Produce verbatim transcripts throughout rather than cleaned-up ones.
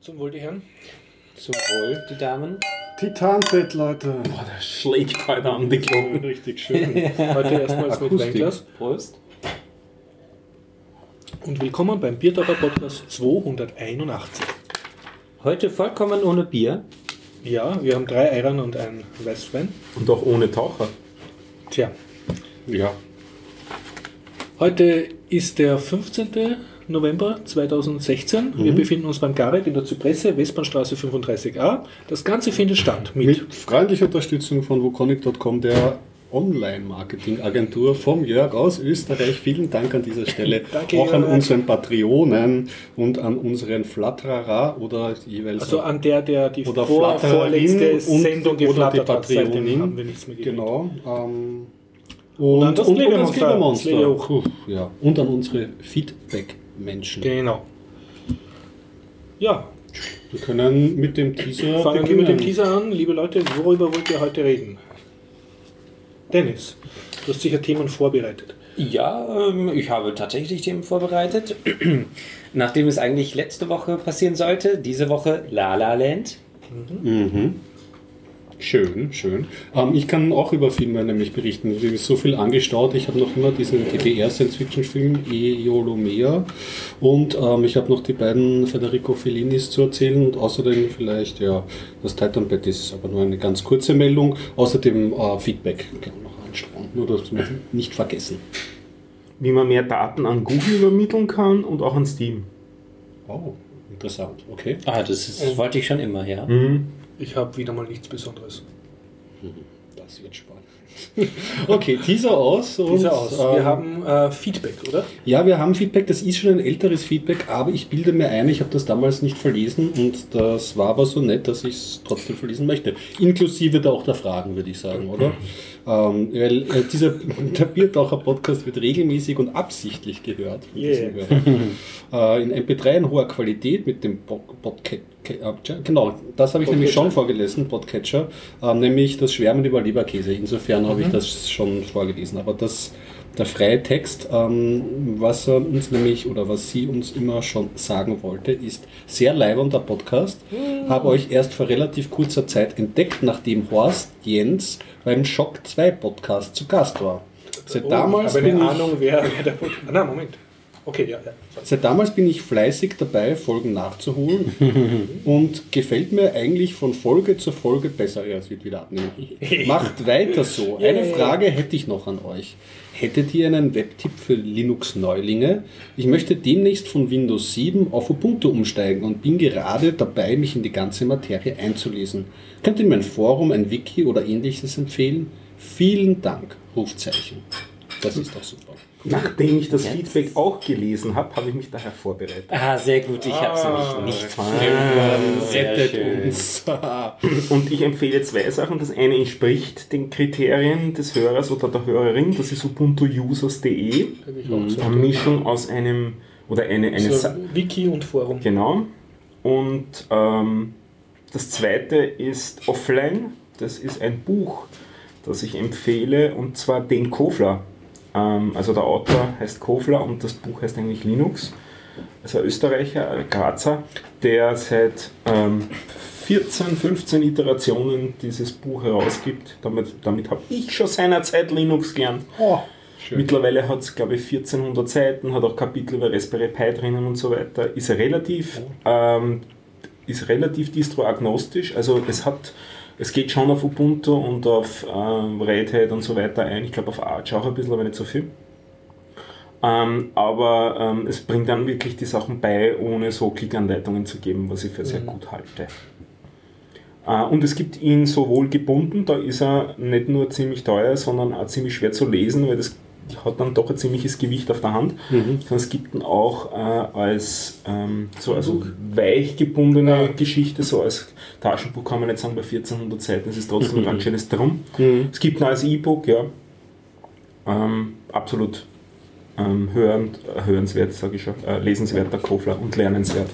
Zum Wohl, die Herren. Zum Wohl, die Damen. Titanfett, Leute. Boah, der schlägt heute an die Glocken. Richtig schön. Heute erstmals mit Weinglas. Prost. Und willkommen beim Biertaucher Podcast zweihunderteinundachtzig. Heute vollkommen ohne Bier. Ja, wir haben drei Eiern und einen Weißwein. Und auch ohne Taucher. Tja, Ja. heute ist der fünfzehnten November zweitausendsechzehn. Wir Mhm. befinden uns beim Gareth in der Zypresse, Westbahnstraße fünfunddreißig a. Das Ganze findet statt mit, Mit freundlicher Unterstützung von woconic punkt com, der Online-Marketing-Agentur vom Jörg aus Österreich. Vielen Dank an dieser Stelle. Danke, auch an Jörg. unseren Patreonen und an unseren Flatterer oder jeweils also an der, der die oder vor, vorletzte Flattererin und- Sendung oder die geflattert hat. Seitdem Patreonin. haben wir nichts mehr gekriegt. Genau. Ähm, Und an das Klebemonster. Klebemonster. Das Lele hoch. Puh, ja. Und an unsere Feedback-Menschen. Genau. Ja, Wir können mit dem Teaser fangen wir beginnen. mit dem Teaser an. Liebe Leute, worüber wollt ihr heute reden? Dennis, du hast sicher Themen vorbereitet. Ja, ähm, ich habe tatsächlich Themen vorbereitet. Nachdem es eigentlich letzte Woche passieren sollte, diese Woche La La Land. Mhm. Schön, schön. Ähm, ich kann auch über Filme nämlich berichten. Es ist so viel angestaut. Ich habe noch immer diesen T D R-Science-Fiction-Film Eolomea und ähm, ich habe noch die beiden Federico Fellinis zu erzählen und außerdem vielleicht, ja, das Titanbett ist aber nur eine ganz kurze Meldung. Außerdem äh, Feedback kann man noch einstreuen, nur dass wir nicht vergessen. Wie man mehr Daten an Google übermitteln kann und auch an Steam. Oh, interessant, okay. Ah, das ist, wollte ich schon immer, ja. Mhm. Ich habe wieder mal nichts Besonderes. Das wird spannend. Okay, Teaser aus. Und, Teaser aus. Wir ähm, haben äh, Feedback, oder? Ja, wir haben Feedback, das ist schon ein älteres Feedback, aber ich bilde mir ein, ich habe das damals nicht verlesen und das war aber so nett, dass ich es trotzdem verlesen möchte. Inklusive da auch der Fragen, würde ich sagen, oder? Ähm, weil äh, dieser, der Biertaucher-Podcast wird regelmäßig und absichtlich gehört von Yeah. diesen Hörern. Äh, in M P drei in hoher Qualität mit dem Podcast. Genau, das habe ich nämlich schon vorgelesen, Podcatcher, äh, nämlich das Schwärmen über Leberkäse. Insofern habe ich das schon vorgelesen. Aber das, der freie Text, ähm, was er uns nämlich oder was sie uns immer schon sagen wollte, ist sehr leibender Podcast. Mhm. Habe euch erst vor relativ kurzer Zeit entdeckt, nachdem Horst Jens beim Schock zwei Podcast zu Gast war. Seit Oh, damals ich habe bin eine ich, Ahnung, wer, wer der Podcast... Ah, na, Moment. Okay, ja, ja. Seit damals bin ich fleißig dabei, Folgen nachzuholen und gefällt mir eigentlich von Folge zu Folge besser. Ja, es wird wieder abnehmen. Macht weiter so. Eine Frage hätte ich noch an euch. Hättet ihr einen Webtipp für Linux-Neulinge? Ich möchte demnächst von Windows sieben auf Ubuntu umsteigen und bin gerade dabei, mich in die ganze Materie einzulesen. Könnt ihr mir ein Forum, ein Wiki oder ähnliches empfehlen? Vielen Dank. Rufzeichen. Das ist doch super. Nachdem ich das Feedback auch gelesen habe, habe ich mich daher vorbereitet. Ah, sehr gut, ich habe Ah, sie nicht, nicht Rettet sehr schön. uns. Und ich empfehle zwei Sachen. Das eine entspricht den Kriterien des Hörers oder der Hörerin. Das ist ubuntu users punkt de. Habe ich auch so. Eine Mischung aus einem, oder eine, eine Also, Sa- Wiki und Forum. Genau. Und ähm, das zweite ist Offline. Das ist ein Buch, das ich empfehle, und zwar den Kofler. Ähm, also der Autor heißt Kofler und das Buch heißt eigentlich Linux. Also ein Österreicher, ein Grazer, der seit ähm, vierzehn, fünfzehn Iterationen dieses Buch herausgibt. Damit, damit habe ich schon seinerzeit Linux gelernt. Oh, schön. Mittlerweile hat es, glaube ich, vierzehnhundert Seiten, hat auch Kapitel über Raspberry Pi drinnen und so weiter. Ist relativ, ähm, ist relativ distro-agnostisch. Also es hat, es geht schon auf Ubuntu und auf ähm, Red Hat und so weiter ein. Ich glaube auf Arch auch ein bisschen, aber nicht so viel. Ähm, aber ähm, es bringt dann wirklich die Sachen bei, ohne so Klickanleitungen zu geben, was ich für sehr gut halte. Äh, und es gibt ihn sowohl gebunden, da ist er nicht nur ziemlich teuer, sondern auch ziemlich schwer zu lesen, weil das hat dann doch ein ziemliches Gewicht auf der Hand. Mhm. Es gibt ihn auch äh, als ähm, so also weich gebundene Geschichte, so als Taschenbuch kann man nicht sagen, bei vierzehnhundert Seiten, es ist trotzdem ein ganz schönes Drum. Mhm. Es gibt ihn als E-Book, ja. Ähm, absolut ähm, hörend, äh, hörenswert, sage ich schon, äh, lesenswerter Kofler und lernenswert.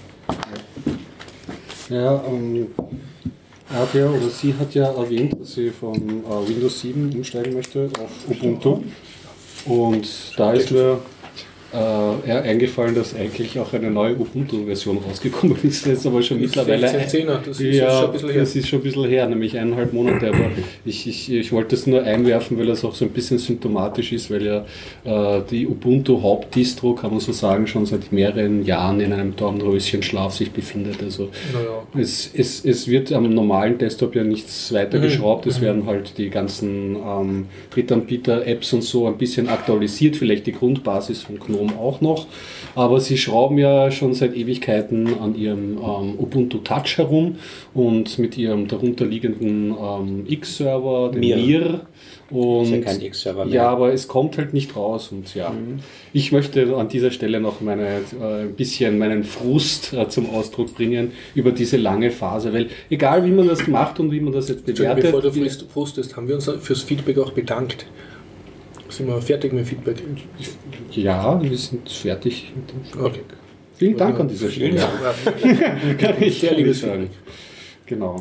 Ja, ähm, er hat ja, oder sie hat ja erwähnt, dass sie von äh, Windows sieben umsteigen möchte auf Ubuntu. Und da ist mir äh, ja, eingefallen, dass eigentlich auch eine neue Ubuntu-Version rausgekommen ist. Das ist aber schon mittlerweile. sechzehn zehner, das ist ja, schon ein bisschen her. Das ist schon ein bisschen her, nämlich eineinhalb Monate. Aber ich, ich, ich wollte es nur einwerfen, weil das auch so ein bisschen symptomatisch ist, weil ja äh, die Ubuntu-Hauptdistro, kann man so sagen, schon seit mehreren Jahren in einem Dornröschenschlaf sich befindet. Also Naja. es, es, es wird am normalen Desktop ja nichts weiter Mhm. geschraubt. Es Mhm. werden halt die ganzen ähm, Drittanbieter-Apps und so ein bisschen aktualisiert, vielleicht die Grundbasis von GNOME auch noch, aber sie schrauben ja schon seit Ewigkeiten an ihrem ähm, Ubuntu Touch herum und mit ihrem darunterliegenden ähm, X-Server, dem Mir. Mir. Und Ist ja kein X-Server mehr. ja, aber es kommt halt nicht raus und ja, Mhm. ich möchte an dieser Stelle noch meine, äh, ein bisschen meinen Frust äh, zum Ausdruck bringen über diese lange Phase, weil egal wie man das macht und wie man das jetzt Entschuldigung, bewertet, bevor du frust- frustest, haben wir uns fürs Feedback auch bedankt. Sind wir fertig mit dem Feedback? ja, wir sind fertig mit dem Feedback. Okay. Vielen Dank an dieser Stelle. Ja, Kann ich sehr liebes sagen. Genau.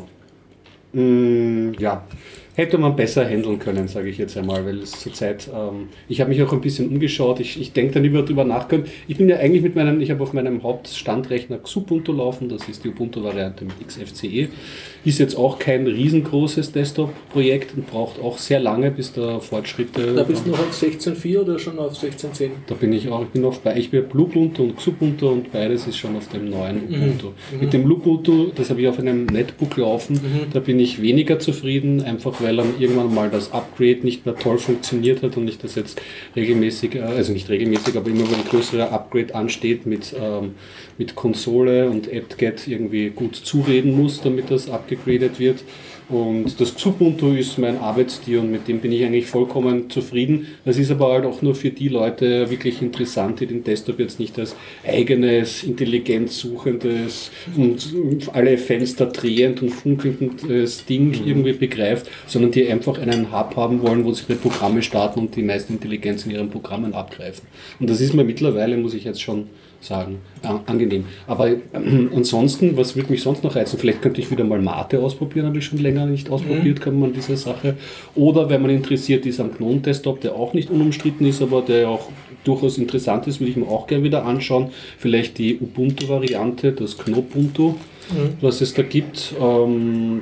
Mm, ja, hätte man besser handeln können, sage ich jetzt einmal, weil es zurzeit, ähm, ich habe mich auch ein bisschen umgeschaut, ich, ich denke dann über drüber nachdenken. Ich bin ja eigentlich mit meinem, ich habe auf meinem Hauptstandrechner Xubuntu laufen, das ist die Ubuntu-Variante mit X F C E. Ist jetzt auch kein riesengroßes Desktop-Projekt und braucht auch sehr lange, bis da Fortschritte... Da bist du noch auf sechzehn Punkt vier oder schon auf sechzehn Punkt zehn? Da bin ich auch, ich bin auf bei, ich bin Bluebuntu und Xubuntu und beides ist schon auf dem neuen Ubuntu. Mhm. Mit dem Bluebuntu, das habe ich auf einem Netbook laufen, Mhm. da bin ich weniger zufrieden, einfach weil dann irgendwann mal das Upgrade nicht mehr toll funktioniert hat und ich das jetzt regelmäßig, äh, also nicht regelmäßig, aber immer wenn ein größerer Upgrade ansteht mit, ähm, mit Konsole und apt-get irgendwie gut zureden muss, damit das abgegradet wird. Und das Xubuntu ist mein Arbeitstier und mit dem bin ich eigentlich vollkommen zufrieden. Das ist aber halt auch nur für die Leute wirklich interessant, die den Desktop jetzt nicht als eigenes, intelligent suchendes und alle Fenster drehend und funkelndes Ding irgendwie begreift, sondern die einfach einen Hub haben wollen, wo sie ihre Programme starten und die meiste Intelligenz in ihren Programmen abgreifen. Und das ist mir mittlerweile, muss ich jetzt schon sagen, an- angenehm. Aber äh, ansonsten, was würde mich sonst noch reizen? Vielleicht könnte ich wieder mal Mate ausprobieren, habe ich schon länger nicht ausprobiert, kann man diese Sache. Oder wenn man interessiert ist am GNOME-Desktop, der auch nicht unumstritten ist, aber der auch durchaus interessant ist, würde ich mir auch gerne wieder anschauen. Vielleicht die Ubuntu-Variante, das Knobuntu, was es da gibt. Ähm,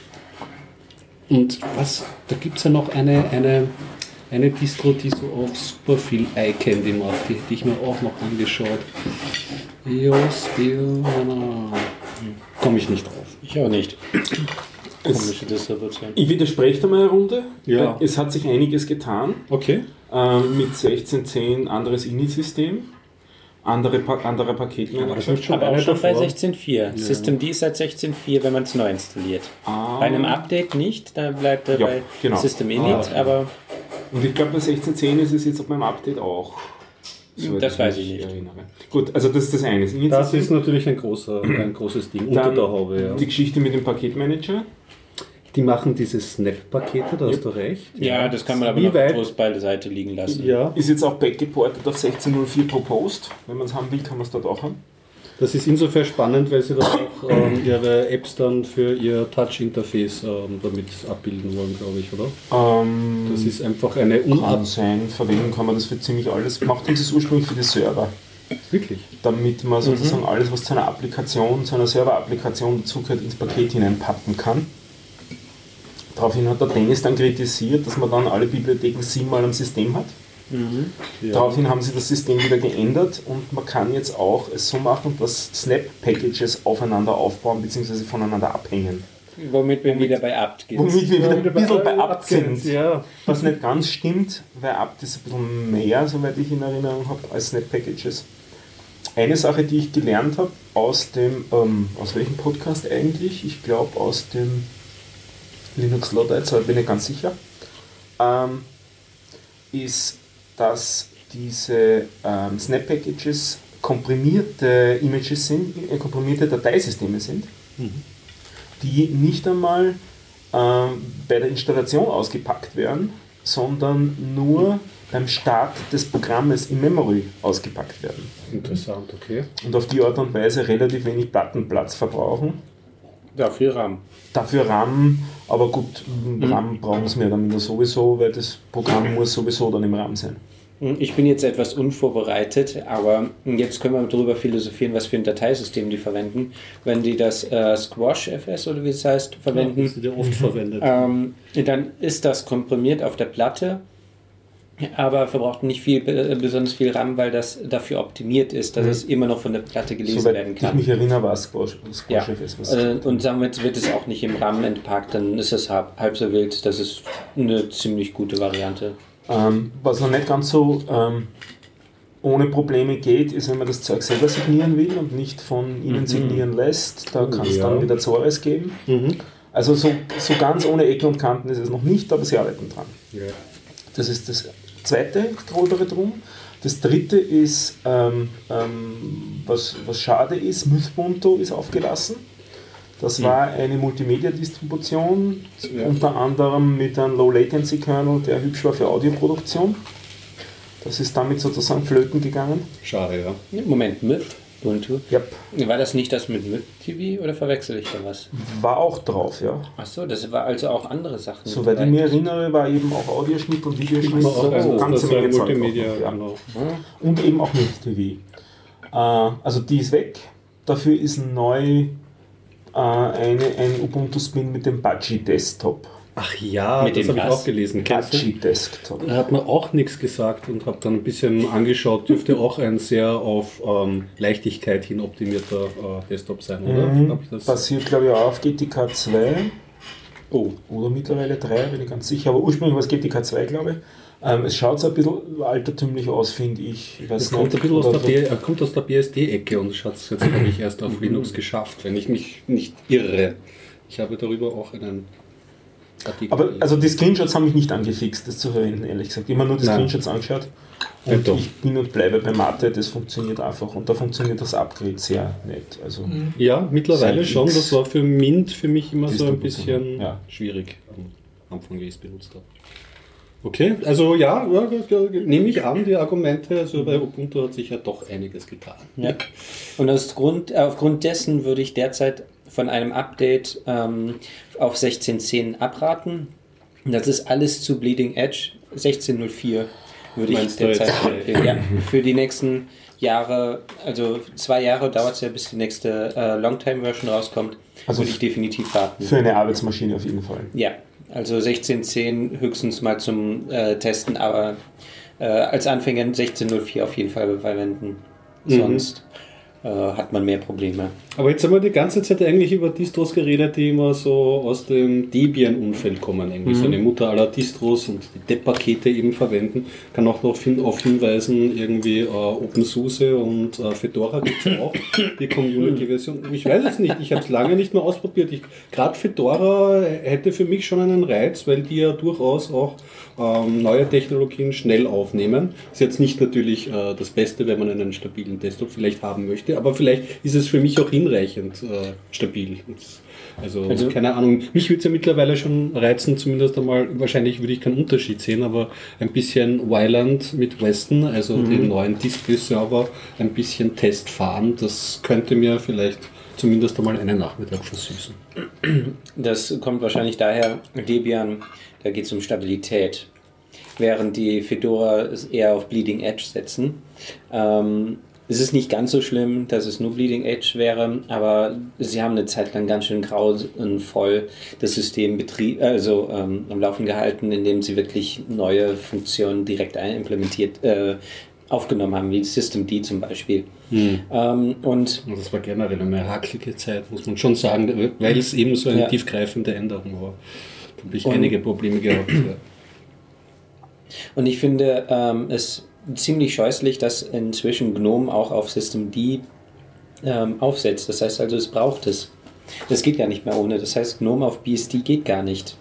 und was, da gibt es ja noch eine, eine Eine Distro, die so auf super viel Eye-Candy macht, die hätte ich mir auch noch angeschaut. Jospiana. Komme ich nicht drauf. Ich auch nicht. Es, Komische Distribution. ich widerspreche da mal eine Runde. Ja. Es hat sich einiges getan. Okay. Ähm, mit sechzehn Punkt zehn anderes Init-System, andere pa anderer Paketmanager. schon Aber auch eine schon bei davor. sechzehn Punkt vier. Systemd ist seit sechzehn Punkt vier, wenn man es neu installiert. Ah. Bei einem Update nicht, da bleibt er Ja, bei genau. System Init, Ah, okay. aber Und ich glaube, bei sechzehn Punkt zehn ist es jetzt auf meinem Update auch. soweit Das weiß mich ich nicht. Erinnere. Gut, also das ist das eine. Das Das Init-System. ist natürlich ein, großer, ein großes Ding unter Dann der Haube. Ja. die Geschichte mit dem Paketmanager. Die machen diese Snap-Pakete, da hast du recht. ja, das kann man aber Wie noch weit- groß beiseite liegen lassen. Ja, Ist jetzt auch backgeportet auf sechzehn Punkt null vier Proposed. Wenn man es haben will, kann man es dort auch haben. das ist insofern spannend, weil sie da auch ähm, ihre Apps dann für ihr Touch-Interface ähm, damit abbilden wollen, glaube ich, oder? Ähm, Das ist einfach eine Unab... kann sein, verwenden kann man das für ziemlich alles. Macht uns das ursprünglich für die Server. Wirklich? Damit man sozusagen alles, was zu einer Applikation, zu einer Server-Applikation dazugehört, ins Paket hineinpacken kann. Daraufhin hat der Dennis dann kritisiert, dass man dann alle Bibliotheken siebenmal am System hat. Ja. Daraufhin haben sie das System wieder geändert und man kann jetzt auch es so machen, dass Snap-Packages aufeinander aufbauen bzw. voneinander abhängen. Womit wir wieder bei apt gehen. Womit wir wieder ein bisschen bei Apt sind. Ja. Was nicht ganz stimmt, weil Apt ist ein bisschen mehr, soweit ich in Erinnerung habe, als Snap-Packages. Eine Sache, die ich gelernt habe aus dem, ähm, aus welchem Podcast eigentlich? Ich glaube aus dem Linux Lowlights, aber bin ich ganz sicher, ähm, ist, dass diese ähm, Snap-Packages komprimierte Images sind, äh, komprimierte Dateisysteme sind, die nicht einmal ähm, bei der Installation ausgepackt werden, sondern nur beim Start des Programmes in Memory ausgepackt werden. Interessant, okay. Und auf die Art und Weise relativ wenig Plattenplatz verbrauchen. Dafür RAM. Dafür RAM, aber gut, RAM brauchen sie mehr oder minder sowieso, weil das Programm muss sowieso dann im RAM sein. Ich bin jetzt etwas unvorbereitet, aber jetzt können wir darüber philosophieren, was für ein Dateisystem die verwenden. Wenn die das äh, Squash F S oder wie es heißt, verwenden, Ja, das wird ja oft verwendet. ähm, dann ist das komprimiert auf der Platte, aber verbraucht nicht viel, äh, besonders viel RAM, weil das dafür optimiert ist, dass Mhm. es immer noch von der Platte gelesen Soweit werden ich kann. mich erinnere, war es Squash, Squash Ja. F S. Was Äh, und damit wird es auch nicht im RAM entpackt, dann ist es halb, halb so wild. Das ist eine ziemlich gute Variante. Ähm, was noch nicht ganz so ähm, ohne Probleme geht, ist, wenn man das Zeug selber signieren will und nicht von ihnen Mhm. signieren lässt. Da kann es Ja. dann wieder Zores geben. Mhm. Also so, so ganz ohne Ecken und Kanten ist es noch nicht, aber sie arbeiten dran. Ja. Das ist das zweite gröbere drum. Das dritte ist, ähm, ähm, was, was schade ist, Mythbuntu ist aufgelassen. Das war eine Multimedia-Distribution, Ja. unter anderem mit einem Low-Latency-Kernel, der hübsch war für Audioproduktion. Das ist damit sozusagen flöten gegangen. Schade, ja. Moment, Myth, Ubuntu. Yep. War das nicht das mit Myth T V oder verwechsel ich da was? War auch drauf, ja. Achso, das war also auch andere Sachen. Soweit ich mich erinnere, war eben auch Audioschnitt und Videoschnitt. Immer auch So, ein, ganze das ist Menge ein Zeug Multimedia. auch noch, ja. Genau. Und eben auch Myth T V. Äh, also die ist weg. Dafür ist neu äh, eine, ein Ubuntu-Spin mit dem Budgie Desktop. Ach ja, Mit das dem habe ich was? auch gelesen. Kennst du? Budgie Desktop. Da hat man auch nichts gesagt und habe dann ein bisschen angeschaut, dürfte auch ein sehr auf ähm, Leichtigkeit hin optimierter äh, Desktop sein, oder? Mhm. Hab ich das? Basiert, glaube ich, auch auf G T K zwei Oh, oder mittlerweile drei, bin ich ganz sicher. Aber ursprünglich war es G T K zwei, glaube ich. Ähm, es schaut so ein bisschen altertümlich aus, finde ich. ich weiß Das kommt ein bisschen aus oder der, B, äh, kommt aus der B S D-Ecke und hat es jetzt, glaube ich, erst auf Linux geschafft, wenn ich mich nicht irre. Ich habe darüber auch einen Artikel. Aber also die Screenshots haben mich nicht angefixt, das zu verwenden, ehrlich gesagt. Ich habe mir nur die Nein. Screenshots angeschaut Ja, und doch. ich bin und bleibe bei Mate, das funktioniert einfach und da funktioniert das Upgrade sehr nett. Also Ja, mittlerweile Seit schon. X Das war für Mint für mich immer so ein Distribution, bisschen ja. schwierig am Anfang, wie ich es benutzt habe. Okay, also ja, ja, ja, nehme ich an, die Argumente. Also bei Ubuntu hat sich ja doch einiges getan. ja. Und aus Grund, äh, aufgrund dessen würde ich derzeit von einem Update ähm, auf sechzehn Punkt zehn abraten. Das ist alles zu Bleeding Edge. sechzehn Punkt null vier würde ich Meinst du derzeit jetzt? empfehlen. Ja, für die nächsten Jahre, also zwei Jahre dauert es ja, bis die nächste äh, Longtime-Version rauskommt. Also würde ich definitiv warten. für eine Arbeitsmaschine auf jeden Fall. Ja, also sechzehn Punkt zehn höchstens mal zum äh, Testen, aber äh, als Anfänger sechzehn Punkt null vier auf jeden Fall verwenden. Sonst äh, hat man mehr Probleme. Aber jetzt haben wir die ganze Zeit eigentlich über Distros geredet, die immer so aus dem Debian-Umfeld kommen. Eigentlich so eine Mutter aller Distros und die Depp-Pakete eben verwenden. Kann auch noch hin, auf hinweisen, irgendwie äh, OpenSUSE und äh, Fedora gibt es auch, die Community-Version. Ich weiß es nicht, ich habe es lange nicht mehr ausprobiert. Gerade Fedora hätte für mich schon einen Reiz, weil die ja durchaus auch ähm, neue Technologien schnell aufnehmen. Ist jetzt nicht natürlich äh, das Beste, wenn man einen stabilen Desktop vielleicht haben möchte, aber vielleicht ist es für mich auch hinreichend äh, stabil. Also, Also- keine Ahnung, mich würde es ja mittlerweile schon reizen, zumindest einmal, wahrscheinlich würde ich keinen Unterschied sehen, aber ein bisschen Wyland mit Weston, also den neuen Display-Server, ein bisschen Test fahren, das könnte mir vielleicht zumindest einmal einen Nachmittag versüßen. Das kommt wahrscheinlich daher, Debian, da geht es um Stabilität. Während die Fedora es eher auf Bleeding Edge setzen. Ähm, es ist nicht ganz so schlimm, dass es nur Bleeding Edge wäre, aber sie haben eine Zeit lang ganz schön grauenvoll das System betrie- also, ähm, am Laufen gehalten, indem sie wirklich neue Funktionen direkt implementiert äh, aufgenommen haben, wie Systemd zum Beispiel. Hm. Ähm, und Und das war generell eine hakelige Zeit, muss man schon sagen, weil es eben so eine Ja. tiefgreifende Änderung war. Da habe ich Und- einige Probleme gehabt. Ja. Und ich finde ähm, es ziemlich scheußlich, dass inzwischen GNOME auch auf Systemd ähm, aufsetzt. Das heißt also, es braucht es. Das geht gar nicht mehr ohne. Das heißt, GNOME auf B S D geht gar nicht.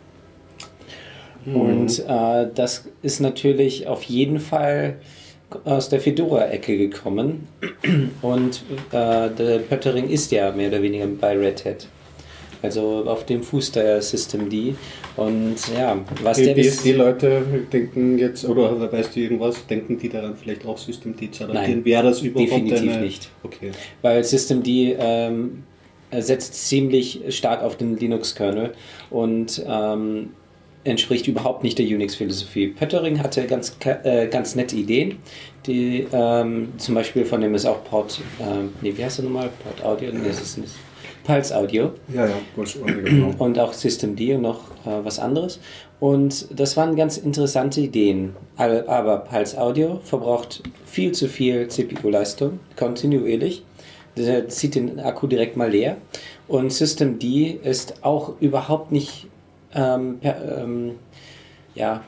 Und äh, das ist natürlich auf jeden Fall aus der Fedora-Ecke gekommen. Und äh, der Pöttering ist ja mehr oder weniger bei Red Hat. Also auf dem fußt der Systemd. Und ja, was Die der B bis- S D-Leute denken jetzt, oder weißt du irgendwas, denken die daran vielleicht auch Systemd zu adaptieren? Nein, Wäre das überhaupt definitiv eine... nicht. Okay. Weil Systemd ähm, setzt ziemlich stark auf den Linux-Kernel und ähm, entspricht überhaupt nicht der Unix-Philosophie. Pöttering hatte ganz, äh, ganz nette Ideen, die ähm, zum Beispiel von dem ist auch Port, ähm, nee, wie heißt er nochmal? Port Audio? Nee, das ist nicht. Pulse Audio. Ja, ja, Pulse Audio, genau. Und auch Systemd und noch äh, was anderes. Und das waren ganz interessante Ideen. Aber Pulse Audio verbraucht viel zu viel C P U-Leistung, kontinuierlich. Der zieht den Akku direkt mal leer. Und Systemd ist auch überhaupt nicht ähm, per, ähm, ja,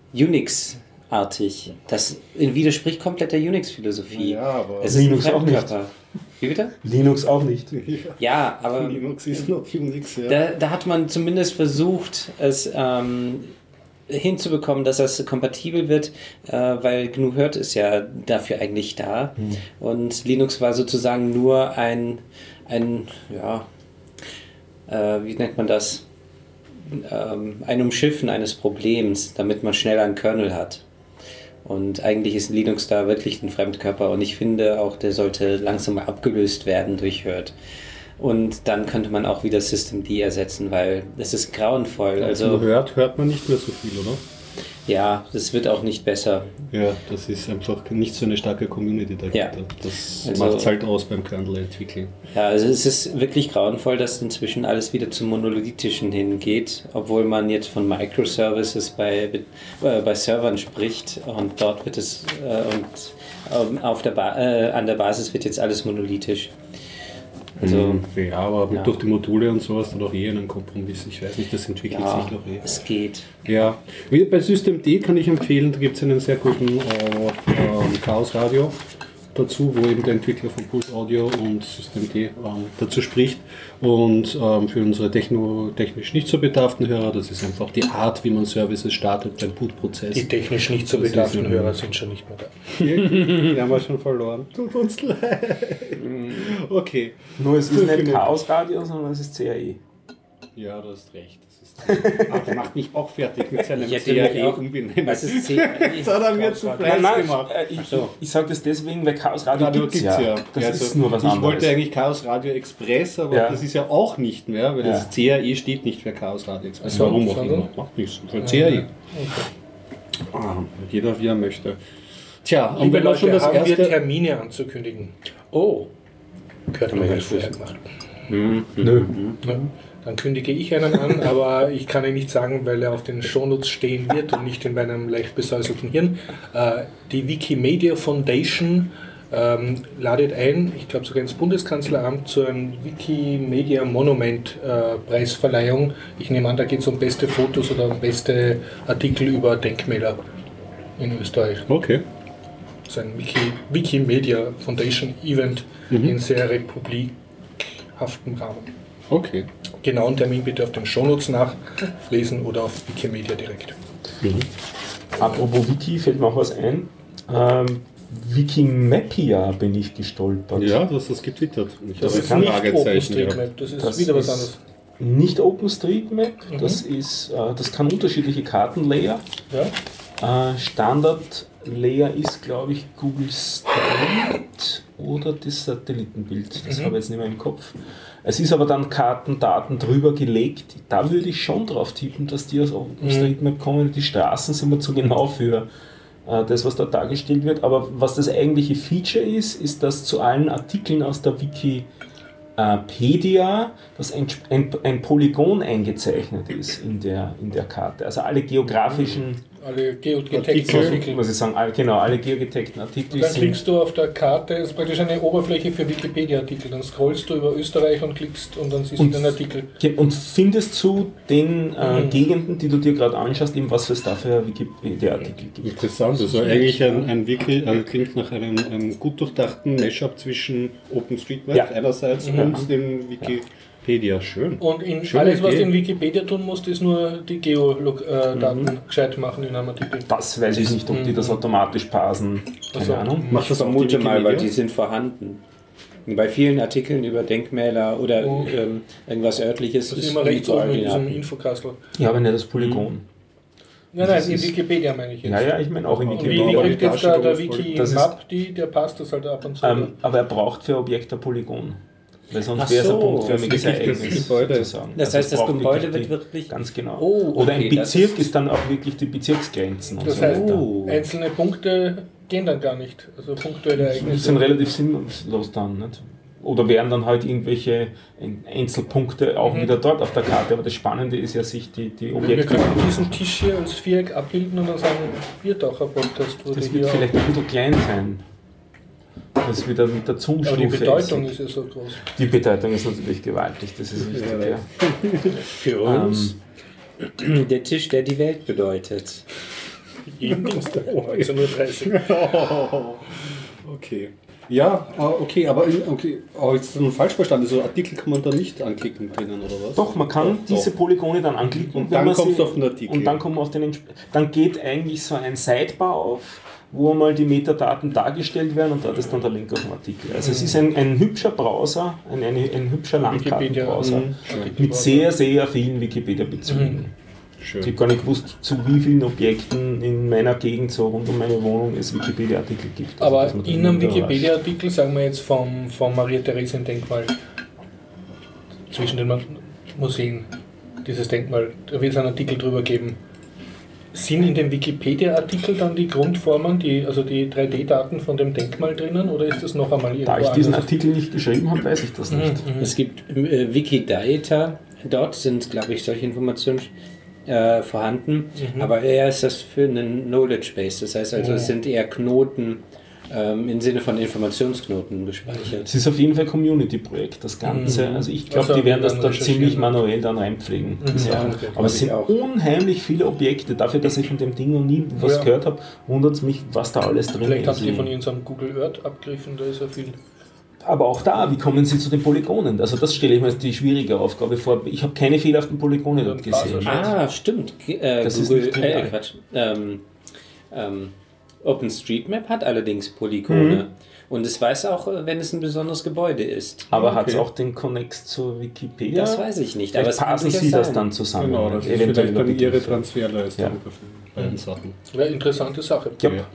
Unix-artig. Das widerspricht komplett der Unix-Philosophie. Ja, aber es ist Linux ein auch nicht. Fremdkörper. Wie bitte? Linux auch nicht. Ja, aber Linux ist noch Unix, ja. da, da hat man zumindest versucht, es ähm, hinzubekommen, dass das kompatibel wird, äh, weil G N U Hurt ist ja dafür eigentlich da. Hm. Und Linux war sozusagen nur ein, ein ja, äh, wie nennt man das? Ähm, ein Umschiffen eines Problems, damit man schnell einen Kernel hat. Und eigentlich ist Linux da wirklich ein Fremdkörper und ich finde auch, der sollte langsam mal abgelöst werden durch Hurt. Und dann könnte man auch wieder Systemd ersetzen, weil das ist grauenvoll. Also hört, hört man nicht mehr so viel, oder? Ja, das wird auch nicht besser. Ja, das ist einfach nicht so eine starke Community dahinter. Ja. Das also, macht es halt aus beim Kernel-Entwickeln. Ja, also es ist wirklich grauenvoll, dass inzwischen alles wieder zum Monolithischen hingeht, obwohl man jetzt von Microservices bei, äh, bei Servern spricht und dort wird es äh, und auf der ba- äh, an der Basis wird jetzt alles monolithisch. Also, ja, aber ja. durch die Module und so hast du doch eh einen Kompromiss. Ich weiß nicht, das entwickelt ja, sich doch eh. Es geht. Ja, wie bei Systemd kann ich empfehlen, da gibt es einen sehr guten äh, äh, Chaos Radio dazu, wo eben der Entwickler von Pulse Audio und Systemd ähm, dazu spricht. Und ähm, für unsere techno, technisch nicht so bedarften Hörer, das ist einfach die Art, wie man Services startet beim Bootprozess. Die technisch nicht so bedarften Hörer sind schon nicht mehr da. Die haben wir schon verloren. Tut uns leid. Okay. Nur es ist nicht Chaos Radio, sondern es ist C A E. Ja, du hast recht. Das ist ah, der macht mich auch fertig mit seinem C A E umbenennen. Was ist C A E? Das hat er mir zu Fleiß gemacht. Äh, ich so. ich sage das deswegen, weil Chaos Radio, Radio gibt es ja. ja. Das ja, ist also nur was ich anderes. Ich wollte eigentlich Chaos Radio Express, aber ja. das ist ja auch nicht mehr, weil ja. das C A E steht nicht für Chaos Radio Express. Also, warum auch immer. Macht nichts. Für ja. C A E. Okay. Ah, jeder wie er möchte. Tja, und wenn wir schon das haben erste wir Termine anzukündigen. Oh. Könnte man ja vorher gemacht. Mhm. Nö. Mhm. Ja. Dann kündige ich einen an, aber ich kann ihn nicht sagen, weil er auf den Shownotes stehen wird und nicht in meinem leicht besäuselten Hirn. Äh, die Wikimedia Foundation ähm, ladet ein, ich glaube sogar ins Bundeskanzleramt, zu einem Wikimedia Monument äh, Preisverleihung. Ich nehme an, da geht es um beste Fotos oder um beste Artikel über Denkmäler in Österreich. Okay. Das ist ein Wiki, Wikimedia Foundation Event mhm. in sehr republikhaftem Rahmen. Okay. Genauen Termin bitte auf den Shownotes nachlesen oder auf Wikimedia direkt. Mhm. Apropos Wiki, fällt mir auch was ein. Ähm, Wikimapia bin ich gestolpert. Ja, du hast das getwittert. Ich das ist nicht OpenStreetMap, das ist das wieder ist was anderes. Nicht OpenStreetMap, mhm. das, ist, äh, das kann unterschiedliche Kartenlayer. Ja. Äh, Standard-Layer ist, glaube ich, Google Street oder das Satellitenbild. Das mhm. habe ich jetzt nicht mehr im Kopf. Es ist aber dann Kartendaten drüber gelegt. Da würde ich schon drauf tippen, dass die aus OpenStreetMap kommen. Die Straßen sind mir zu genau für äh, das, was da dargestellt wird. Aber was das eigentliche Feature ist, ist, dass zu allen Artikeln aus der Wikipedia dass ein, ein, ein Polygon eingezeichnet ist in der, in der Karte. Also alle geografischen alle geogetagten Artikel. Muss ich sagen, alle, genau, alle geogetagten Artikel. Und dann klickst du auf der Karte, das ist praktisch eine Oberfläche für Wikipedia-Artikel. Dann scrollst du über Österreich und klickst und dann siehst und, du den Artikel. Und findest zu den äh, mhm. Gegenden, die du dir gerade anschaust, eben was es da für Wikipedia-Artikel gibt. Interessant, also eigentlich ein, ein Wiki, also klingt nach einem, einem gut durchdachten Mashup zwischen OpenStreetMap ja. einerseits mhm. und dem Wiki. Wikipedia, schön. Und in schön alles, was du in Wikipedia tun musst, ist nur die Geodaten mhm. gescheit machen in einem Artikel. Das weiß ich nicht, ob die das automatisch parsen. Keine also, Ahnung. Mach das vermute mal, weil die sind vorhanden. Bei vielen Artikeln über Denkmäler oder oh. ähm, irgendwas Örtliches das ist immer rechts oben in diesem Infokastel. Ja, aber nicht das Polygon. Mhm. Nein, nein, in Wikipedia meine ich jetzt. Ja, ja, ich meine auch in Wikipedia. Und wie, wie kriegt jetzt da der Wiki-Map, die, der passt das halt ab und zu. Ähm, aber er braucht für Objekte Polygon. Weil sonst Ach wäre es ein so, punktförmiges das ist wirklich Ereignis das Gebäude. sozusagen. Das Also heißt, es das braucht Gebäude wirklich wird die- wirklich... Ganz genau. Oh, Oder ein okay, das Bezirk ist- ist dann auch wirklich die Bezirksgrenzen. und Das so heißt, weiter. Oh. einzelne Punkte gehen dann gar nicht. Also punktuelle Die Ereignisse. sind relativ sinnlos dann. Nicht? Oder wären dann halt irgendwelche Einzelpunkte auch Mhm. wieder dort auf der Karte. Aber das Spannende ist ja, sich die, die Wir Objekte. können diesen Tisch hier als Viereck abbilden und dann sagen, Biertaucher Podcast wurde Das hier wird auch. vielleicht ein bisschen klein sein. Das wieder mit der Aber Zoom-Stufe die Bedeutung ist. ist ja so groß. Die Bedeutung ist natürlich gewaltig, das ist richtig. Ja, Ja. Für uns der Tisch, der die Welt bedeutet. Jeden Dienstag neunzehn Uhr dreißig. Okay. Ja, ah, okay, aber in, okay, aber jetzt ist das falsch verstanden. So Artikel kann man da nicht anklicken drinnen, oder was? Doch, man kann Doch, diese doch. Polygone dann anklicken. Und wenn dann man kommst sie- du auf den Artikel. Und dann kommt man auf den Entsp- Dann geht eigentlich so ein Sidebar auf, wo einmal die Metadaten dargestellt werden und dort ist dann der Link auf den Artikel. Also es ist ein, ein hübscher Browser, ein, ein, ein hübscher Landkartenbrowser Mhm. mit sehr, sehr vielen Wikipedia-Bezügen. Ich habe Schön. gar nicht gewusst, zu wie vielen Objekten in meiner Gegend, so rund um meine Wohnung, es Wikipedia-Artikel gibt. Also, Aber dass man das in einem nicht überrascht. Wikipedia-Artikel, sagen wir jetzt vom, vom Maria-Theresien-Denkmal, zwischen den Museen, dieses Denkmal, da wird es einen Artikel drüber geben. Sind in dem Wikipedia-Artikel dann die Grundformen, die, also die drei D-Daten von dem Denkmal drinnen, oder ist das noch einmal irgendwo Da ich diesen anders? Artikel nicht geschrieben habe, weiß ich das nicht. Mhm, mhm. Es gibt äh, Wikidata, dort sind, glaube ich, solche Informationen äh, vorhanden, Mhm. aber eher ist das für einen Knowledge Base, das heißt also, es sind eher Knoten ähm, im Sinne von Informationsknoten gespeichert. Es ist auf jeden Fall ein Community-Projekt, das Ganze. Mhm. Also ich glaube, Also die werden das dann da recherchieren. ziemlich manuell dann reinpflegen. Mhm. Das Ja, auch. okay. Aber es sind auch. unheimlich viele Objekte. Dafür, dass ich von dem Ding noch nie was Ja. gehört habe, wundert es mich, was da alles drin Vielleicht ist. habt ihr von irgendeinem Google Earth abgegriffen, da ist ja viel. Aber auch da, wie kommen Sie zu den Polygonen? Also das stelle ich mir als die schwierige Aufgabe vor. Ich habe keine Fehler auf den Polygonen dort gesehen. Ah, stimmt. G- Äh, Das ist Google, nicht äh, trivial. Quatsch. Ähm, ähm, OpenStreetMap hat allerdings Polygone. Und es weiß auch, äh, wenn es ein besonderes Gebäude ist. Aber Okay. hat es auch den Connex zur Wikipedia? Das weiß ich nicht. Vielleicht es kann passen durchaus Sie das sein. dann zusammen. Genau, das ist Eventuell vielleicht dann über ihre Begriffe. Transferleistung Ja. bei beiden Sachen. Ja, interessante Sache. Ja. Ja.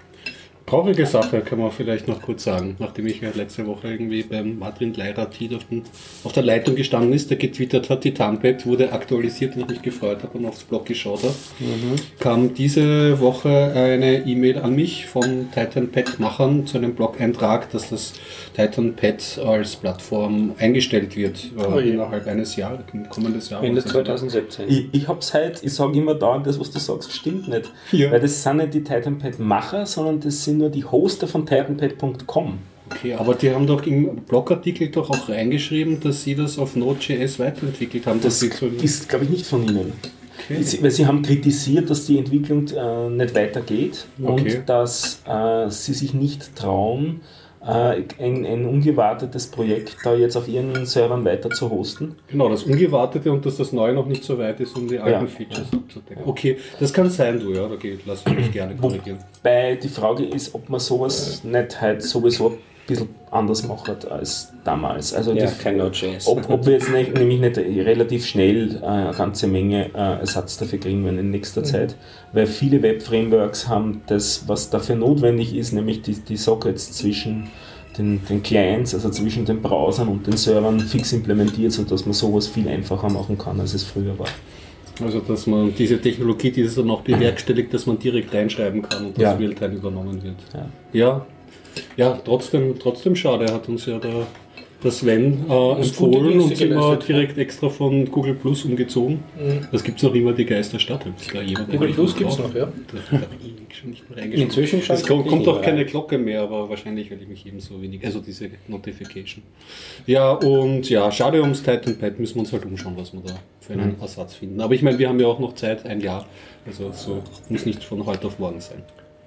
Traurige Sache kann man vielleicht noch kurz sagen, nachdem ich ja letzte Woche irgendwie beim Martin Leiratit auf, den- auf der Leitung gestanden ist, der getwittert hat, Titanpad wurde aktualisiert, wo ich mich gefreut habe und aufs Blog geschaut habe, kam diese Woche eine E-Mail an mich von Titanpad-Machern zu einem Blog-Eintrag, dass das Titanpad als Plattform eingestellt wird äh, Oh je. innerhalb eines Jahres, kommendes Jahr. Ende Also, zwanzig siebzehn. Ich, ich hab's halt, ich sage immer dauernd, das, was du sagst, stimmt nicht. Ja. Weil das sind nicht die Titanpad-Macher, sondern das sind nur die Hoster von titanpad punkt com. Okay, aber die haben doch im Blogartikel doch auch reingeschrieben, dass sie das auf Node.js weiterentwickelt haben. Das dass sie so ist, glaube ich, nicht von ihnen. Okay. Sie- Weil sie haben kritisiert, dass die Entwicklung äh, nicht weitergeht Okay. und dass äh, sie sich nicht trauen, äh, ein, ein ungewartetes Projekt da jetzt auf ihren Servern weiter zu hosten. Genau, das Ungewartete und dass das Neue noch nicht so weit ist, um die alten Ja. Features abzudecken. Okay, das kann sein, du, ja, okay, lass mich gerne korrigieren. Wobei die Frage ist, ob man sowas nicht halt sowieso ein bisschen anders macht als damals. Also Ja, die, kein Node.js. ob, ob wir jetzt nicht, nämlich nicht relativ schnell äh, eine ganze Menge äh, Ersatz dafür kriegen werden in nächster Zeit, weil viele Web-Frameworks haben das, was dafür notwendig ist, nämlich die, die Sockets zwischen den, den Clients, also zwischen den Browsern und den Servern fix implementiert, sodass man sowas viel einfacher machen kann, als es früher war. Also, dass man diese Technologie, die das dann auch bewerkstelligt, dass man direkt reinschreiben kann und das Ja. Realtime übernommen wird. Ja. Ja, ja, trotzdem, trotzdem schade. Er hat uns ja da das Sven äh, Das gute empfohlen und Dienste sind wir geleistet, direkt extra von Google Plus umgezogen. Mhm. Das gibt es noch immer, die Geisterstadt. Da jemand Google eigentlich Plus gibt es drauf? noch, ja. Da habe ich ewig schon nicht mehr reingeschaut. Inzwischen Es schaut kommt, kommt eh auch keine rein. Glocke mehr, aber wahrscheinlich, weil ich mich eben so wenig, also diese Notification. Ja, und ja, schade ums Titanpad, müssen wir uns halt umschauen, was wir da für einen Ersatz finden. Aber ich meine, wir haben ja auch noch Zeit, ein Jahr, also so muss nicht von heute auf morgen sein.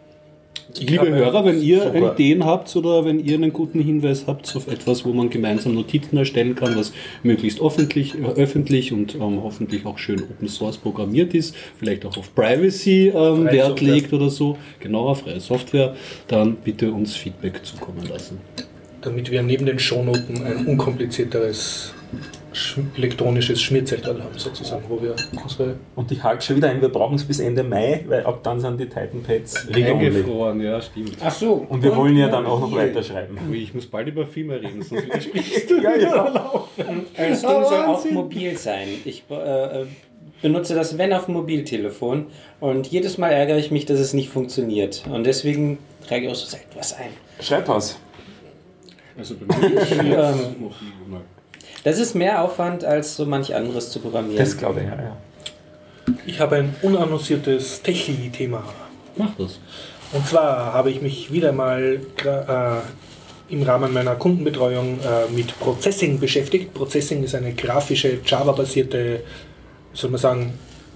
Liebe habe Hörer, wenn ihr sogar- Ideen habt oder wenn ihr einen guten Hinweis habt auf etwas, wo man gemeinsam Notizen erstellen kann, was möglichst öffentlich, äh, öffentlich und ähm, hoffentlich auch schön Open Source programmiert ist, vielleicht auch auf Privacy ähm, Freie Wert Software. legt oder so, genauer freie Software, dann bitte uns Feedback zukommen lassen. Damit wir neben den Shownoten ein unkomplizierteres sch- elektronisches Schmierzeltteil haben, sozusagen, wo wir unsere... Und ich halte schon wieder ein, wir brauchen es bis Ende Mai, weil ab dann sind die Titan Pads regelmäßig. Eingefroren, ja, stimmt. Ach so. Und wir wollen ja dann auch noch weiterschreiben. Ui, ich muss bald über Firma reden, sonst widersprichst du Ja, wieder ja. laufen. Das Ding soll auch mobil sein. Ich äh, benutze das, wenn, auf dem Mobiltelefon. Und jedes Mal ärgere ich mich, dass es nicht funktioniert. Und deswegen trage ich auch so selten was ein. Schreib was. Also bei mir ist Ähm, mal. Das ist mehr Aufwand, als so manch anderes zu programmieren. Das glaube ich, ja, ja. Ich habe ein unannonciertes Techie-Thema. Mach das. Und zwar habe ich mich wieder mal gra- äh, im Rahmen meiner Kundenbetreuung äh, mit Processing beschäftigt. Processing ist eine grafische, Java-basierte, soll man sagen,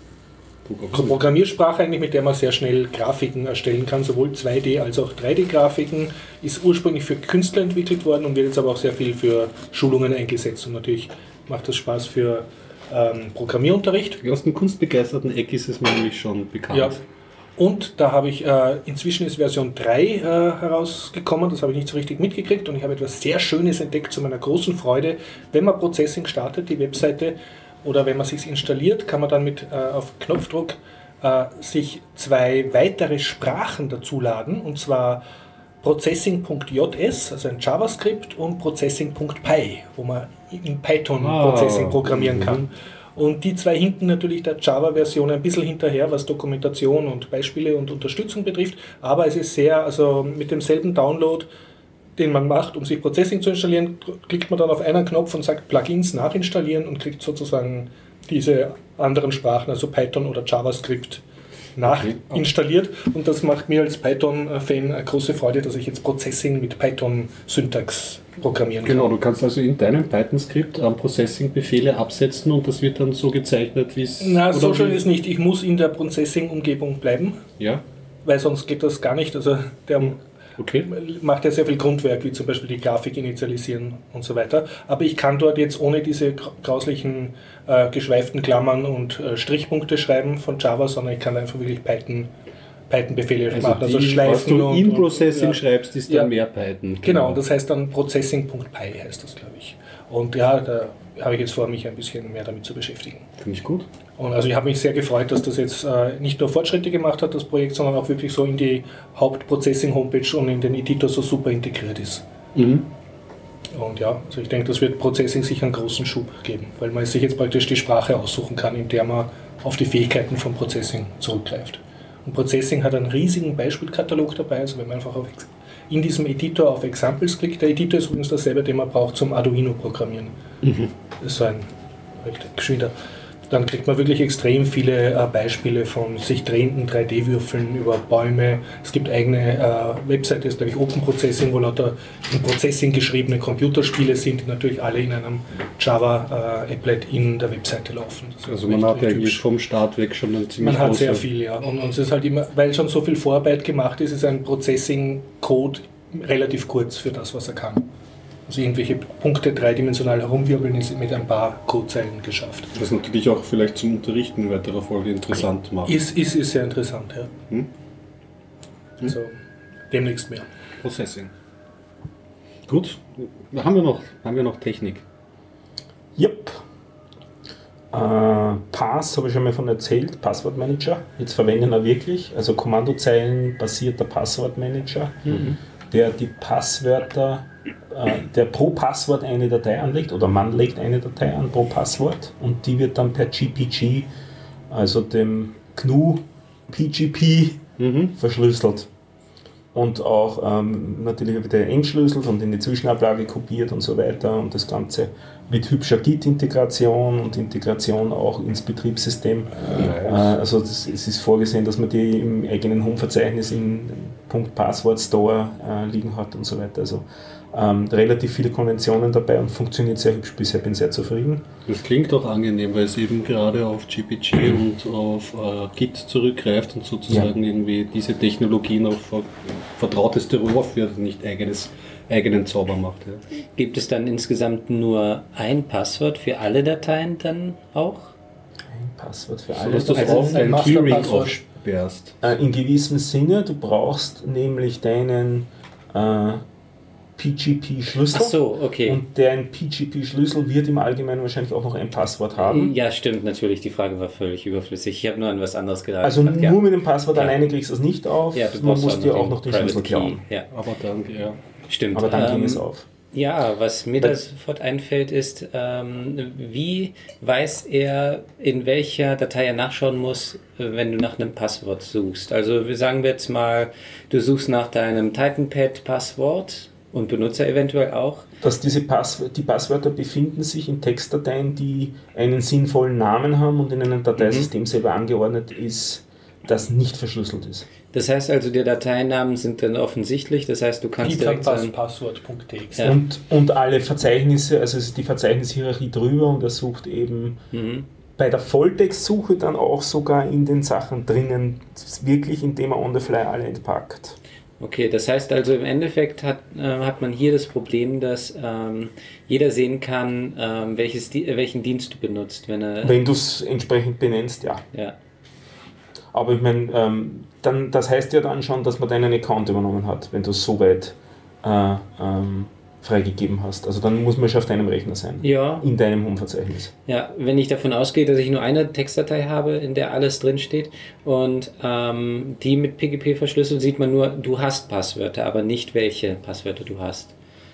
Programmiersprache eigentlich, mit der man sehr schnell Grafiken erstellen kann, sowohl zwei D als auch drei D-Grafiken, ist ursprünglich für Künstler entwickelt worden und wird jetzt aber auch sehr viel für Schulungen eingesetzt. Und natürlich macht das Spaß für ähm, Programmierunterricht. Aus dem kunstbegeisterten Eck ist es mir nämlich schon bekannt. Ja. Und da habe ich, äh, inzwischen ist Version drei äh, herausgekommen, das habe ich nicht so richtig mitgekriegt und ich habe etwas sehr Schönes entdeckt zu meiner großen Freude. Wenn man Processing startet, die Webseite, oder wenn man es sich installiert, kann man dann mit äh, auf Knopfdruck äh, sich zwei weitere Sprachen dazuladen, und zwar Processing.js, also ein JavaScript, und Processing.py, wo man in Python Ah. Processing programmieren kann. Und die zwei hinken natürlich der Java-Version ein bisschen hinterher, was Dokumentation und Beispiele und Unterstützung betrifft, aber es ist sehr, also mit demselben Download, den man macht, um sich Processing zu installieren, klickt man dann auf einen Knopf und sagt Plugins nachinstallieren und kriegt sozusagen diese anderen Sprachen, also Python oder JavaScript, nachinstalliert. Und das macht mir als Python-Fan eine große Freude, dass ich jetzt Processing mit Python-Syntax programmieren kann. Genau, du kannst also in deinem Python-Skript ähm, Processing-Befehle absetzen und das wird dann so gezeichnet, wie es... Na, so oder schön wie- ist nicht. Ich muss in der Processing-Umgebung bleiben, Ja, weil sonst geht das gar nicht. Also der okay. macht ja sehr viel Grundwerk, wie zum Beispiel die Grafik initialisieren und so weiter. Aber ich kann dort jetzt ohne diese grauslichen äh, geschweiften Klammern und äh, Strichpunkte schreiben von Java, sondern ich kann einfach wirklich Python, Python-Befehle Also, machen, also die, was Schleifen du und, in und- Processing ja. schreibst, ist dann Ja. mehr Python. Genau, und das heißt dann Processing.py heißt das, glaube ich. Und ja, da habe ich jetzt vor, mich ein bisschen mehr damit zu beschäftigen. Finde ich gut. Und also ich habe mich sehr gefreut, dass das jetzt äh, nicht nur Fortschritte gemacht hat, das Projekt, sondern auch wirklich so in die Hauptprocessing-Homepage und in den Editor so super integriert ist. Mhm. Und ja, also ich denke, das wird Processing sicher einen großen Schub geben, weil man sich jetzt praktisch die Sprache aussuchen kann, in der man auf die Fähigkeiten von Processing zurückgreift. Und Processing hat einen riesigen Beispielkatalog dabei, also wenn man einfach auf, in diesem Editor auf Examples klickt, der Editor ist übrigens dasselbe, den man braucht zum Arduino-Programmieren. Mhm. Das ist so ein recht geschwinder. Dann kriegt man wirklich extrem viele äh, Beispiele von sich drehenden drei D-Würfeln über Bäume. Es gibt eigene äh, Webseite, das ist glaube ich Open Processing, wo lauter in Processing geschriebene Computerspiele sind, die natürlich alle in einem Java-Applet äh, in der Webseite laufen. Das ist Also recht- man hat recht eigentlich hübsch. vom Start weg schon einen ziemlich Man hat sehr großen- viel, ja. Und, und es ist halt immer, weil schon so viel Vorarbeit gemacht ist, ist ein Processing-Code relativ kurz für das, was er kann. Also irgendwelche Punkte dreidimensional herumwirbeln ist mit ein paar Codezeilen geschafft. Was natürlich auch vielleicht zum Unterrichten in weiterer Folge interessant macht. Ist, ist, ist sehr interessant, ja. Hm? Also demnächst mehr. Processing. Gut, haben wir noch, haben wir noch Technik? Yep. Äh, Pass habe ich schon mal von erzählt, Passwortmanager. Jetzt verwenden wir wirklich, also Kommandozeilen basierter Passwortmanager, der die Passwörter, äh, der pro Passwort eine Datei anlegt oder man legt eine Datei an pro Passwort und die wird dann per G P G, also dem G N U P G P, Mhm. verschlüsselt. Und auch ähm, natürlich wieder entschlüsselt und in die Zwischenablage kopiert und so weiter. Und das Ganze mit hübscher Git-Integration und Integration auch ins Betriebssystem. Äh, also das, es ist vorgesehen, dass man die im eigenen Home-Verzeichnis in .password Store äh, liegen hat und so weiter. Also ähm, relativ viele Konventionen dabei und funktioniert sehr hübsch bisher, bin sehr zufrieden. Das klingt auch angenehm, weil es eben gerade auf G P G und auf äh, Git zurückgreift und sozusagen irgendwie diese Technologien auf ver vertrauteste Rohr für nicht eigenes, eigenen Zauber macht. Ja. Gibt es dann insgesamt nur ein Passwort für alle Dateien dann auch? Ein Passwort für So alle. dass du Also auf ein dein Keyring Masterpasswort. aufsperrst. Äh, in gewissem Sinne, du brauchst nämlich deinen äh, P G P-Schlüssel. Ach so, okay. Und der ein P G P-Schlüssel wird im Allgemeinen wahrscheinlich auch noch ein Passwort haben. Ja, stimmt, natürlich. Die Frage war völlig überflüssig. Ich habe nur an was anderes gedacht. Also gedacht, nur ja. mit dem Passwort Ja. alleine kriegst du es nicht auf. Ja, du Man brauchst muss dir auch noch den Private Schlüssel Key. klauen. Ja, Aber dann, ja. stimmt. Aber dann ähm, ging es auf. Ja, was mir Weil- da sofort einfällt, ist, ähm, wie weiß er, in welcher Datei er nachschauen muss, äh, wenn du nach einem Passwort suchst? Also wir sagen wir jetzt mal, du suchst nach deinem TitanPad-Passwort und Benutzer eventuell auch. Dass diese Pass die Passwörter befinden sich in Textdateien, die einen sinnvollen Namen haben und in einem Dateisystem selber angeordnet ist, das nicht verschlüsselt ist. Das heißt also, die Dateinamen sind dann offensichtlich, das heißt, du kannst direkt sagen, Passwort.txt. Ja. Und, und alle Verzeichnisse, also es ist die Verzeichnisshierarchie drüber und er sucht eben mhm. bei der Volltextsuche dann auch sogar in den Sachen drinnen, wirklich indem er on the fly alle entpackt. Okay, das heißt also im Endeffekt hat, äh, hat man hier das Problem, dass ähm, jeder sehen kann, ähm, welches Di- äh, welchen Dienst du benutzt, wenn er... Wenn du es entsprechend benennst, ja. ja. Aber ich meine, ähm, dann, das heißt ja dann schon, dass man deinen Account übernommen hat, wenn du es so weit äh, ähm, freigegeben hast. Also dann muss man schon auf deinem Rechner sein, Ja, in deinem Home-Verzeichnis. ja, wenn ich davon ausgehe, dass ich nur eine Textdatei habe, in der alles drinsteht und ähm, die mit P G P verschlüsselt, sieht man nur, du hast Passwörter, aber nicht welche Passwörter du hast.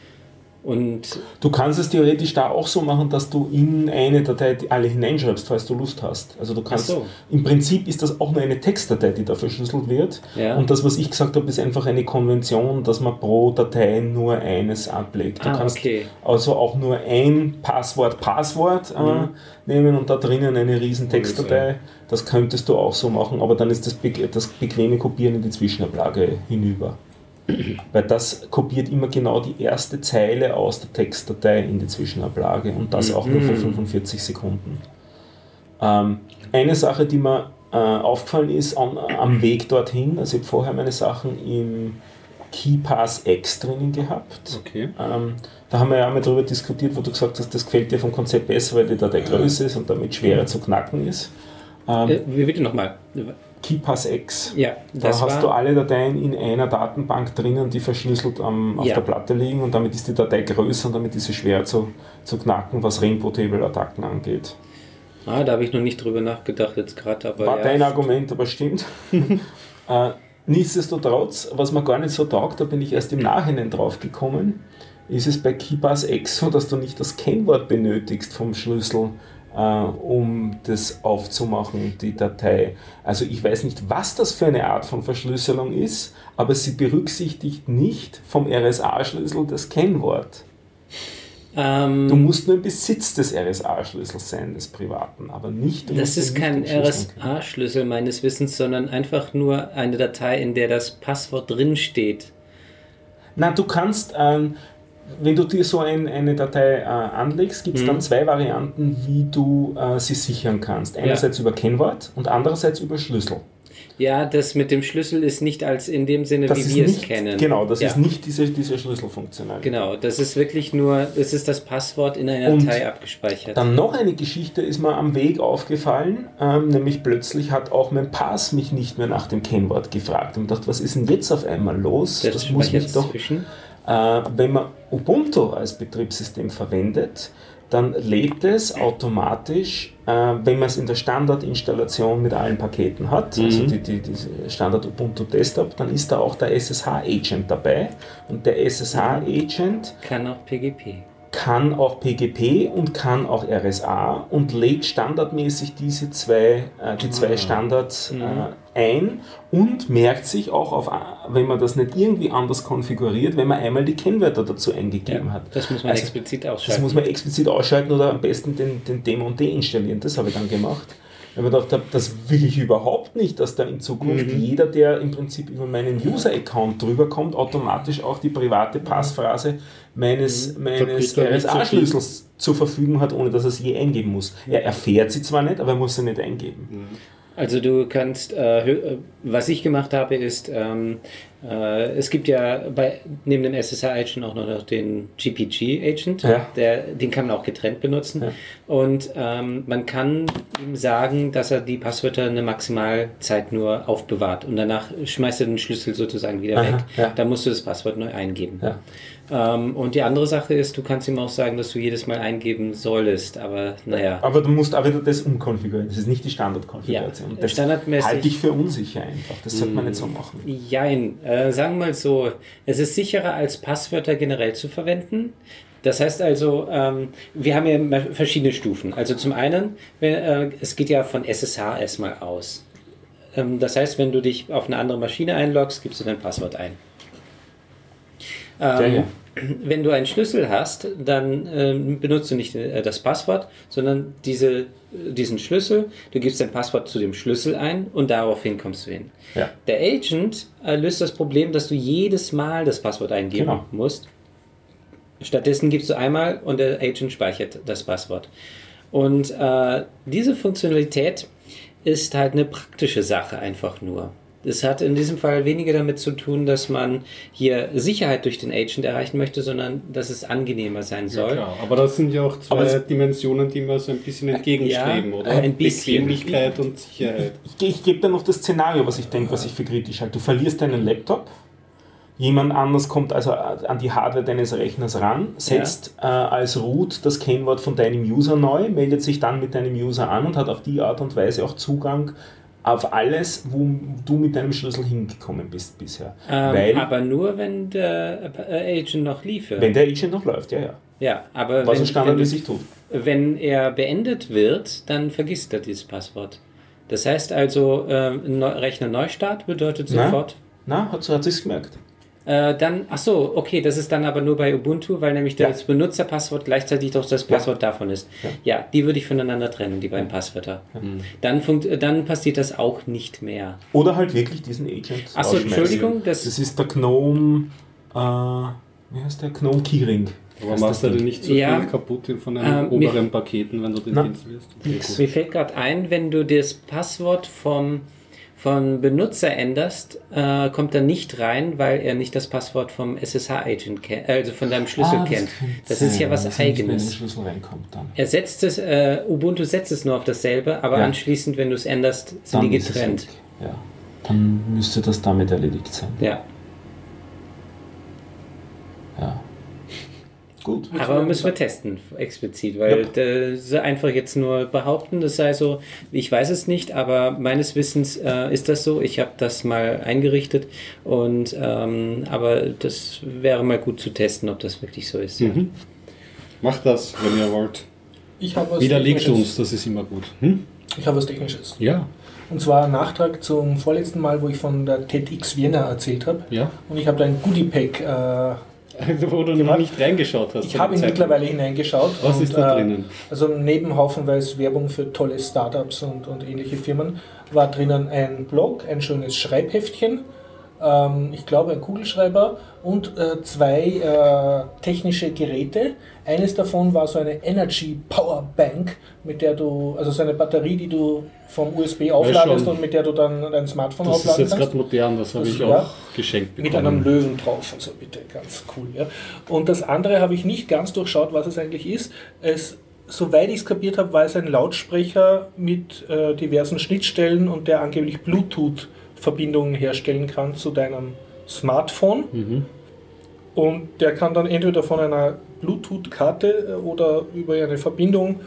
Und Du kannst es theoretisch da auch so machen, dass du in eine Datei die alle hineinschreibst, falls du Lust hast. Also du kannst, Ach so. im Prinzip ist das auch nur eine Textdatei, die da verschlüsselt wird. Ja. Und das, was ich gesagt habe, ist einfach eine Konvention, dass man pro Datei nur eines ablegt. Du Ah, kannst okay. also auch nur ein Passwort, Passwort äh, Mhm. nehmen und da drinnen eine riesen Textdatei. Das könntest du auch so machen, aber dann ist das, be das bequeme Kopieren in die Zwischenablage hinüber. Weil das kopiert immer genau die erste Zeile aus der Textdatei in die Zwischenablage und das auch nur für fünfundvierzig Sekunden. Ähm, eine Sache, die mir äh, aufgefallen ist an, am Weg dorthin, also ich habe vorher meine Sachen im KeyPass X drinnen gehabt. Okay. Ähm, da haben wir ja auch mal darüber diskutiert, wo du gesagt hast, das gefällt dir vom Konzept besser, weil die Datei größer ist und damit schwerer zu knacken ist. Ähm, äh, wie bitte nochmal. KeyPass X. Ja, Da das hast war... du alle Dateien in einer Datenbank drinnen, die verschlüsselt am, auf Ja. der Platte liegen und damit ist die Datei größer und damit ist sie schwer zu, zu knacken, was Rainbow-Table-Attacken angeht. Ah, da habe ich noch nicht drüber nachgedacht jetzt gerade, aber War ja. dein Argument, aber stimmt. äh, nichtsdestotrotz, was mir gar nicht so taugt, da bin ich erst im Nachhinein drauf gekommen, ist es bei KeyPass X so, dass du nicht das Kennwort benötigst vom Schlüssel, äh, um das aufzumachen, die Datei. Also ich weiß nicht, was das für eine Art von Verschlüsselung ist, aber sie berücksichtigt nicht vom R S A-Schlüssel das Kennwort. Ähm, Du musst nur im Besitz des R S A-Schlüssels sein, des privaten, aber nicht... du Das musst ihn ist nicht kein R S entschlüsseln können. A-Schlüssel meines Wissens, sondern einfach nur eine Datei, in der das Passwort drin steht. Na, du kannst, ähm, wenn du dir so ein, eine Datei äh, anlegst, gibt es Mhm. dann zwei Varianten, wie du äh, sie sichern kannst. Einerseits über Kennwort und andererseits über Schlüssel. Ja, das mit dem Schlüssel ist nicht als in dem Sinne, Das wie ist wir nicht, es kennen. Genau, das Ja. ist nicht diese, diese Schlüsselfunktionalität. Genau, das ist wirklich nur, es ist das Passwort in einer Und Datei abgespeichert. Dann noch eine Geschichte ist mir am Weg aufgefallen, ähm, nämlich plötzlich hat auch mein Pass mich nicht mehr nach dem Kennwort gefragt. Und ich dachte, was ist denn jetzt auf einmal los? Das das muss mich speichert doch... zwischen. Äh, wenn man Ubuntu als Betriebssystem verwendet, dann lädt es automatisch, äh, wenn man es in der Standardinstallation mit allen Paketen hat, also die, die, diese Standard Ubuntu Desktop, dann ist da auch der S S H-Agent dabei. Und der S S H-Agent Kann auch P G P. kann auch P G P und kann auch R S A und lädt standardmäßig diese zwei, äh, die zwei Standards äh, ein und merkt sich auch, auf, wenn man das nicht irgendwie anders konfiguriert, wenn man einmal die Kennwörter dazu eingegeben Ja, hat. das muss man Also, explizit Das ausschalten. muss man explizit ausschalten oder am besten den, den Dämon deinstallieren. Das habe ich dann gemacht. Weil ich mir gedacht habe, das will ich überhaupt nicht, dass da in Zukunft Mhm. jeder, der im Prinzip über meinen User-Account drüber kommt, automatisch auch die private Passphrase meines, meines Verbitte R S nicht so A-Schlüssels zur Verfügung hat, ohne dass er sie je eingeben muss. Er erfährt sie zwar nicht, aber er muss sie nicht eingeben. Also du kannst, äh, hö- äh, was ich gemacht habe, ist, ähm, Äh, es gibt ja bei, neben dem S S H-Agent auch noch den G P G-Agent, Ja. der, den kann man auch getrennt benutzen. Ja. Und ähm, man kann ihm sagen, dass er die Passwörter eine Maximalzeit nur aufbewahrt und danach schmeißt er den Schlüssel sozusagen wieder Aha, weg. ja. Da musst du das Passwort neu eingeben. Ja. Ähm, und die andere Sache ist, du kannst ihm auch sagen, dass du jedes Mal eingeben solltest, aber naja. Aber du musst auch wieder das umkonfigurieren. Das ist nicht die Standardkonfiguration. Ja, Das standardmäßig- halte ich für unsicher einfach. Das sollte man nicht so machen. Jein, äh, sagen wir mal so, es ist sicherer als Passwörter generell zu verwenden. Das heißt also, ähm, wir haben ja ma- verschiedene Stufen. Also zum einen, wenn, äh, es geht ja von S S H erstmal aus. Ähm, das heißt, wenn du dich auf eine andere Maschine einloggst, gibst du dein Passwort ein. Ähm, Ja, ja. Wenn du einen Schlüssel hast, dann ähm, benutzt du nicht äh, das Passwort, sondern diese, diesen Schlüssel. Du gibst dein Passwort zu dem Schlüssel ein und daraufhin kommst du hin. Ja. Der Agent äh, löst das Problem, dass du jedes Mal das Passwort eingeben Genau. musst. Stattdessen gibst du einmal und der Agent speichert das Passwort. Und äh, diese Funktionalität ist halt eine praktische Sache einfach nur. Es hat in diesem Fall weniger damit zu tun, dass man hier Sicherheit durch den Agent erreichen möchte, sondern dass es angenehmer sein Ja, soll. klar. Aber das sind ja auch zwei Aber es- Dimensionen, die mir so ein bisschen entgegenstreben, Ja, oder? ein bisschen. Bequemlichkeit und Sicherheit. Ich, ich gebe dir noch das Szenario, was ich denke, was ich für kritisch halte. Du verlierst deinen Laptop, jemand anders kommt also an die Hardware deines Rechners ran, setzt äh, als Root das Kennwort von deinem User neu, meldet sich dann mit deinem User an und hat auf die Art und Weise auch Zugang auf alles, wo du mit deinem Schlüssel hingekommen bist bisher. Ähm, Weil, aber nur, wenn der äh, Agent noch liefert. wenn der Agent noch läuft, ja, ja. Ja, aber Was wenn, er standardmäßig wenn, tut. wenn er beendet wird, dann vergisst er dieses Passwort. Das heißt also, ähm, Neu- Rechner Neustart bedeutet Na? sofort. Na, hat, hat sich's gemerkt. Äh, dann, ach so, okay, das ist dann aber nur bei Ubuntu, weil nämlich Ja. das Benutzerpasswort gleichzeitig doch das Ja. Passwort davon ist. Ja. Ja, die würde ich voneinander trennen, die beiden Passwörter. Dann, funkt, dann passiert das auch nicht mehr. Oder halt wirklich diesen Agent. Ach so, rausschmeißen. Entschuldigung, das- das ist der Gnome, äh, wie heißt der? Gnome Keyring. Aber Heißt machst das du Ding. denn nicht so Ja. viel kaputt von deinen Ähm, mir- oberen Paketen, wenn du den Na. installierst? Okay, gut. Mir fällt gerade ein, wenn du das Passwort vom, vom Benutzer änderst, äh, kommt er nicht rein, weil er nicht das Passwort vom S S H-Agent kennt, also von deinem Schlüssel kennt. Das ist ja was dass er nicht mehr in den Eigenes. Schlüssel reinkommt dann. Er setzt es, äh, Ubuntu setzt es nur auf dasselbe, aber Ja. anschließend, wenn du es änderst, sind Dann die ist es getrennt. weg. Ja. Dann müsste das damit erledigt sein. Ja. Ja. Gut. Aber müssen wir testen, explizit, weil Ja. das einfach jetzt nur behaupten, das sei so, ich weiß es nicht, aber meines Wissens äh, ist das so. Ich habe das mal eingerichtet und ähm, aber das wäre mal gut zu testen, ob das wirklich so ist. Ja. Mhm. Macht das, wenn ihr wollt. Ich habe was Widerlegt Technisches. uns, das ist immer gut. Hm? Ich habe was Technisches. Ja, Und zwar ein Nachtrag zum vorletzten Mal, wo ich von der TEDx Vienna erzählt habe. ja. Und ich habe da ein Goodie-Pack. Äh, Wo du noch nicht reingeschaut hast. ich habe ihn mittlerweile hineingeschaut. Was und, ist da äh, drinnen? Also neben haufenweise Werbung für tolle Startups und, und ähnliche Firmen war drinnen ein Blog, ein schönes Schreibheftchen, ähm, ich glaube ein Kugelschreiber und äh, zwei äh, technische Geräte. Eines davon war so eine Energy Power Bank, mit der du, also so eine Batterie, die du vom U S B aufladest schon. und mit der du dann dein Smartphone Das ist aufladen jetzt kannst. gerade modern, das habe Das- ich ja. auch geschenkt Mit bekommen. einem Löwen drauf, also bitte, ganz cool. Ja. Und das andere habe ich nicht ganz durchschaut, was es eigentlich ist. Es, soweit ich es kapiert habe, war es ein Lautsprecher mit äh, diversen Schnittstellen und der angeblich Bluetooth-Verbindungen herstellen kann zu deinem Smartphone. Mhm. Und der kann dann entweder von einer Bluetooth-Karte äh, oder über eine Verbindung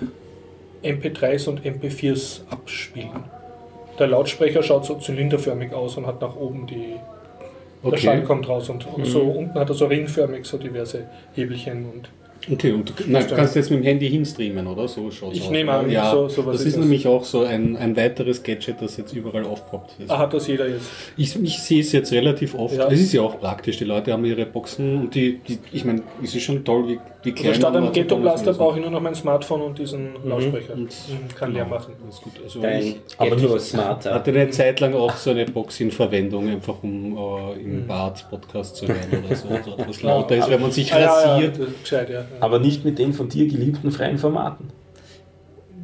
M P dreis und M P viers abspielen. Der Lautsprecher schaut so zylinderförmig aus und hat nach oben die... Der Schall Okay. kommt raus und, und so unten hat er so ringförmig so diverse Hebelchen und Okay, und du na, du kannst jetzt mit dem Handy hinstreamen, oder? So schaut's Ich aus. nehme an, ja, so- sowas das ist ist das. nämlich auch so ein, ein weiteres Gadget, das jetzt überall aufpoppt. Das ah, hat das jeder jetzt. Ich, ich sehe es jetzt relativ oft. Ja. Es ist ja auch praktisch. Die Leute haben ihre Boxen und die, die ich meine, es ist schon toll, wie, wie klein Oder statt einem man Ghetto Blaster ist. brauche ich nur noch mein Smartphone und diesen Lautsprecher. Und- Mhm, kann leer machen. Das ist gut. Also Dein ich aber Ghetto nicht- Smarter. hatte eine Zeit lang auch so eine Box in Verwendung, einfach um äh, im Bad Podcast zu hören oder so. So etwas lauter ist, wenn man sich Ah, ja, ja, rasiert. das ist gescheit, ja. Aber nicht mit den von dir geliebten freien Formaten.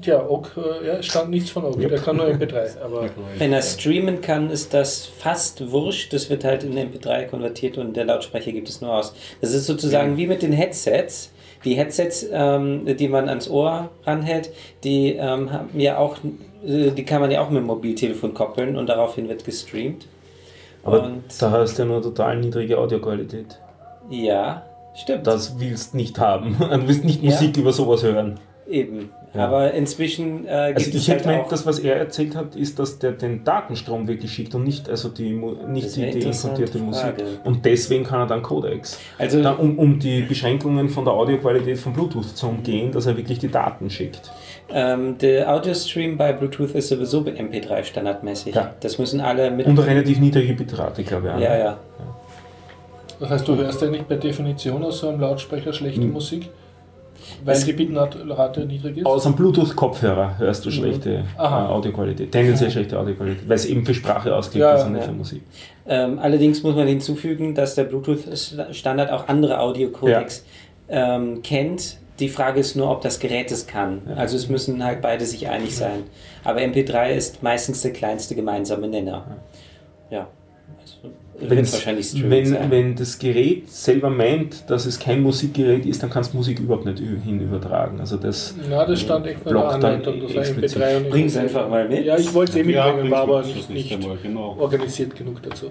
Tja, O G, äh, ja, es stand nichts von O G, Yep. der kann nur M P drei. Aber Wenn er streamen kann, ist das fast wurscht. Das wird halt in M P drei konvertiert und der Lautsprecher gibt es nur aus. Das ist sozusagen ja. wie mit den Headsets. Die Headsets, ähm, die man ans Ohr ranhält, die ähm, haben ja auch, die kann man ja auch mit dem Mobiltelefon koppeln und daraufhin wird gestreamt. Aber und da hast du ja nur total niedrige Audioqualität. Ja, stimmt. Das willst du nicht haben. Du willst nicht Ja. Musik über sowas hören. Eben. Ja. Aber inzwischen äh, gibt Also es ich halt hätte gemeint, auch... das, was er erzählt hat, ist, dass der den Datenstrom wirklich schickt und nicht, also die, Mu- nicht Das die, wäre die interessante importierte Musik. Frage. Und deswegen kann er dann Codecs. Also- dann, um, um die Beschränkungen von der Audioqualität von Bluetooth zu umgehen, dass er wirklich die Daten schickt. Ähm, der Audio-Stream bei Bluetooth ist sowieso bei M P drei standardmäßig. Ja. Das müssen alle mit... Und relativ niedrige Bitrate, glaube ich. auch. Ja, ja. das heißt, du hörst eigentlich per Definition aus so einem Lautsprecher schlechte Mhm. Musik, weil Es- die Bitrate niedrig ist? Aus einem Bluetooth-Kopfhörer hörst du schlechte äh, Aha. Audioqualität, tendenziell schlechte Audioqualität, weil es eben für Sprache ausgelegt Ja, ist und nicht ja. für Musik. Ähm, allerdings muss man hinzufügen, dass der Bluetooth-Standard auch andere Audiocodecs ähm, kennt. Die Frage ist nur, ob das Gerät es kann. Ja. Also es müssen halt beide sich einig sein. Aber M P drei ist meistens der kleinste gemeinsame Nenner. Ja. Also, wird Wenn's- wahrscheinlich Streaming wenn, sein. wenn das Gerät selber meint, dass es kein Musikgerät ist, dann kannst du Musik überhaupt nicht ü- hin übertragen. Also das Na, das stand echt bei der blockt dann Anleitung, das war M P explizit. drei und Bring's M P drei. einfach mal mit. Ja, ich wollte es eh mitbringen, bring's war aber mit, nicht, das nächste nicht Mal, genau. organisiert genug dazu.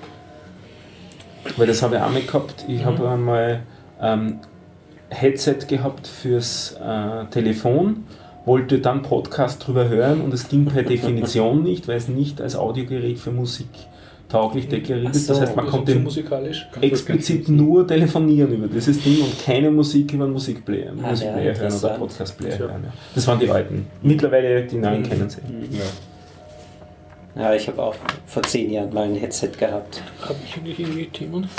Weil das habe ich auch mal gehabt. Ich Mhm. habe einmal ähm, Headset gehabt fürs äh, Telefon, wollte dann Podcast drüber hören und es ging per Definition nicht, weil es nicht als Audiogerät für Musik tauglich deklariert ist. Das Ach so, heißt, man Das ist konnte zu musikalisch. explizit nur telefonieren über dieses Ding und keine Musik über einen Musikplayer, Ah, Musikplayer ja, hören oder interessant. Podcastplayer Tja. hören. Ja. Das waren die alten. Mittlerweile, die neuen Mhm. kennen sie. Ja. Ja, ich habe auch vor zehn Jahren mal ein Headset gehabt. Habe ich eigentlich irgendwie Themen?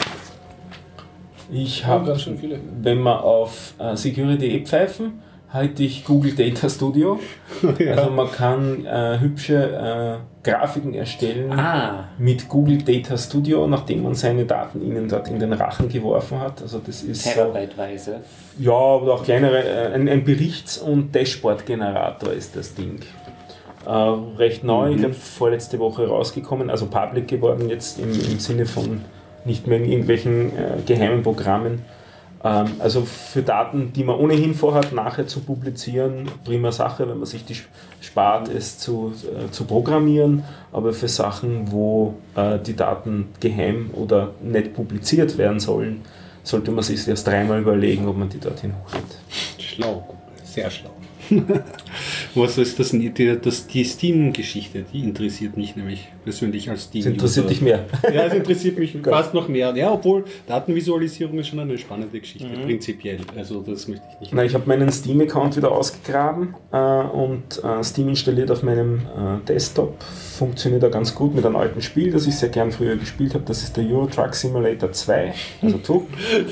Ich Ja, habe, ganz schön viele. wenn wir auf äh, Security pfeifen, halte ich Google Data Studio. Also man kann äh, hübsche äh, Grafiken erstellen Ah, mit Google Data Studio, nachdem man seine Daten ihnen dort in den Rachen geworfen hat. Also das ist so, terabyteweise. ja, oder auch kleinere, äh, ein, ein Berichts- und Dashboard-Generator ist das Ding. Äh, recht neu, ich glaube vorletzte Woche rausgekommen, also public geworden jetzt im, im Sinne von nicht mehr in irgendwelchen äh, geheimen Programmen. Ähm, also für Daten, die man ohnehin vorhat, nachher zu publizieren, prima Sache, wenn man sich die spart, es zu, äh, zu programmieren, aber für Sachen, wo äh, die Daten geheim oder nicht publiziert werden sollen, sollte man sich erst dreimal überlegen, ob man die dorthin hochlädt. Schlau, sehr schlau. Was ist das, die, das, die Steam-Geschichte? Die interessiert mich nämlich persönlich als Steam. Das interessiert dich mehr. Ja, es interessiert mich fast noch mehr. Ja, obwohl Datenvisualisierung ist schon eine spannende Geschichte, prinzipiell. Also das möchte ich nicht. Na, ich habe meinen Steam-Account wieder ausgegraben äh, und äh, Steam installiert auf meinem äh, Desktop. Funktioniert da ganz gut mit einem alten Spiel, das ich sehr gern früher gespielt habe. Das ist der Euro Truck Simulator zwei, also zwei.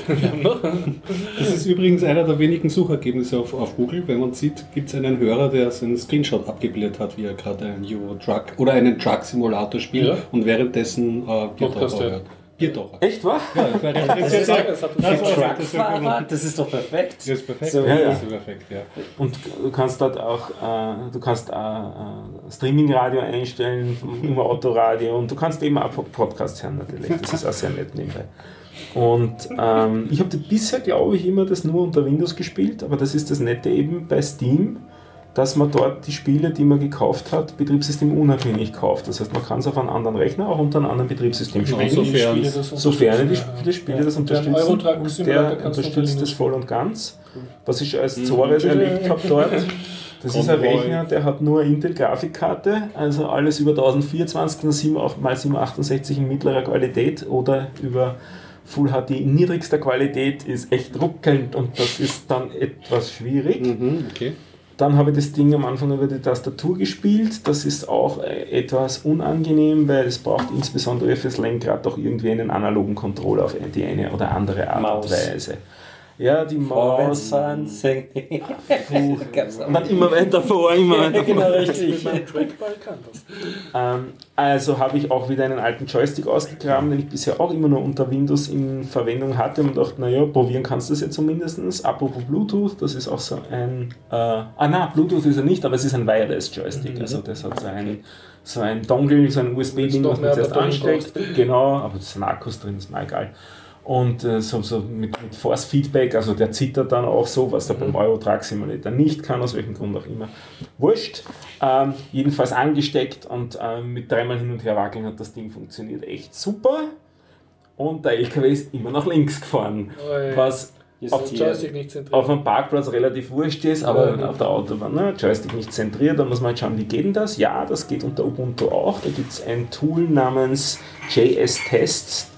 Das ist übrigens einer der wenigen Suchergebnisse auf, auf Google. Wenn man sieht, gibt es einen Hörer, der seinen Screenshot abgebildet hat, wie er gerade einen Euro Truck oder einen Truck Simulator spielt Ja. und währenddessen äh, Podcast Biertaucher hört. hört. Biertaucher. Echt, wahr? Ja, das, wäre- Das ist Ja, doch das hat das das ist- Truckfahrer, das ist doch perfekt. Das ist perfekt. So, ja, ja. das ist perfekt, ja. Und du kannst dort auch äh, du kannst äh, äh, Streaming-Radio einstellen, im Autoradio und du kannst eben auch Podcasts hören natürlich. Das ist auch sehr nett nebenbei. Und ähm, ich habe bisher, glaube ich, immer das nur unter Windows gespielt, aber das ist das Nette eben bei Steam, dass man dort die Spiele, die man gekauft hat, betriebssystemunabhängig kauft. Das heißt, man kann es auf einem anderen Rechner, auch unter einem anderen Betriebssystem Genau, spielen. so Die Sofern- Spiele das Sofern die, unterstützen, die Spiele ja. das Den unterstützen, Eurotruck und Simulator der kannst du unter unterstützt das Linux voll und ganz. Was ich als Mhm. Zores erlebt habe dort, das ist ein Convoy. Rechner, der hat nur eine Intel-Grafikkarte, also alles über tausendvierundzwanzig mal siebenhundertachtundsechzig in mittlerer Qualität oder über Full H D in niedrigster Qualität ist echt ruckelnd und das ist dann etwas schwierig. Mhm, okay. Dann habe ich das Ding am Anfang über die Tastatur gespielt. Das ist auch äh, etwas unangenehm, weil es braucht insbesondere fürs Lenkrad doch irgendwie einen analogen Controller auf die eine oder andere Art Maus. und Weise. Ja, die Maus. Vorwärtsfahren, senken. Gab's auch. Und dann immer weiter vor, immer weiter vor. Genau, richtig. Mein Trackball kann das. Ähm, also habe ich auch wieder einen alten Joystick ausgegraben, den ich bisher auch immer nur unter Windows in Verwendung hatte und dachte, naja, probieren kannst du es ja zumindest. Apropos Bluetooth, das ist auch so ein, äh, ah na, Bluetooth ist er nicht, aber es ist ein Wireless Joystick, mhm. also das hat so ein, so ein Dongle, so ein U S B-Ding, was man zuerst ansteckt. Genau, aber da sind Akkus drin, ist mir egal. Und äh, so, so mit, mit Force Feedback, also der zittert dann auch so, was der mhm. beim Euro Truck Simulator nicht kann, aus welchem Grund auch immer. Wurscht. Ähm, jedenfalls angesteckt und äh, mit dreimal hin und her wackeln hat das Ding funktioniert echt super. Und der L K W ist immer nach links gefahren. Oi. Was auf, Joystick nicht zentriert. Auf einem Parkplatz relativ wurscht ist, aber mhm. auf der Autobahn, ne, Joystick nicht zentriert, da muss man halt schauen, wie geht denn das? Ja, das geht unter Ubuntu auch. Da gibt es ein Tool namens J S Tests.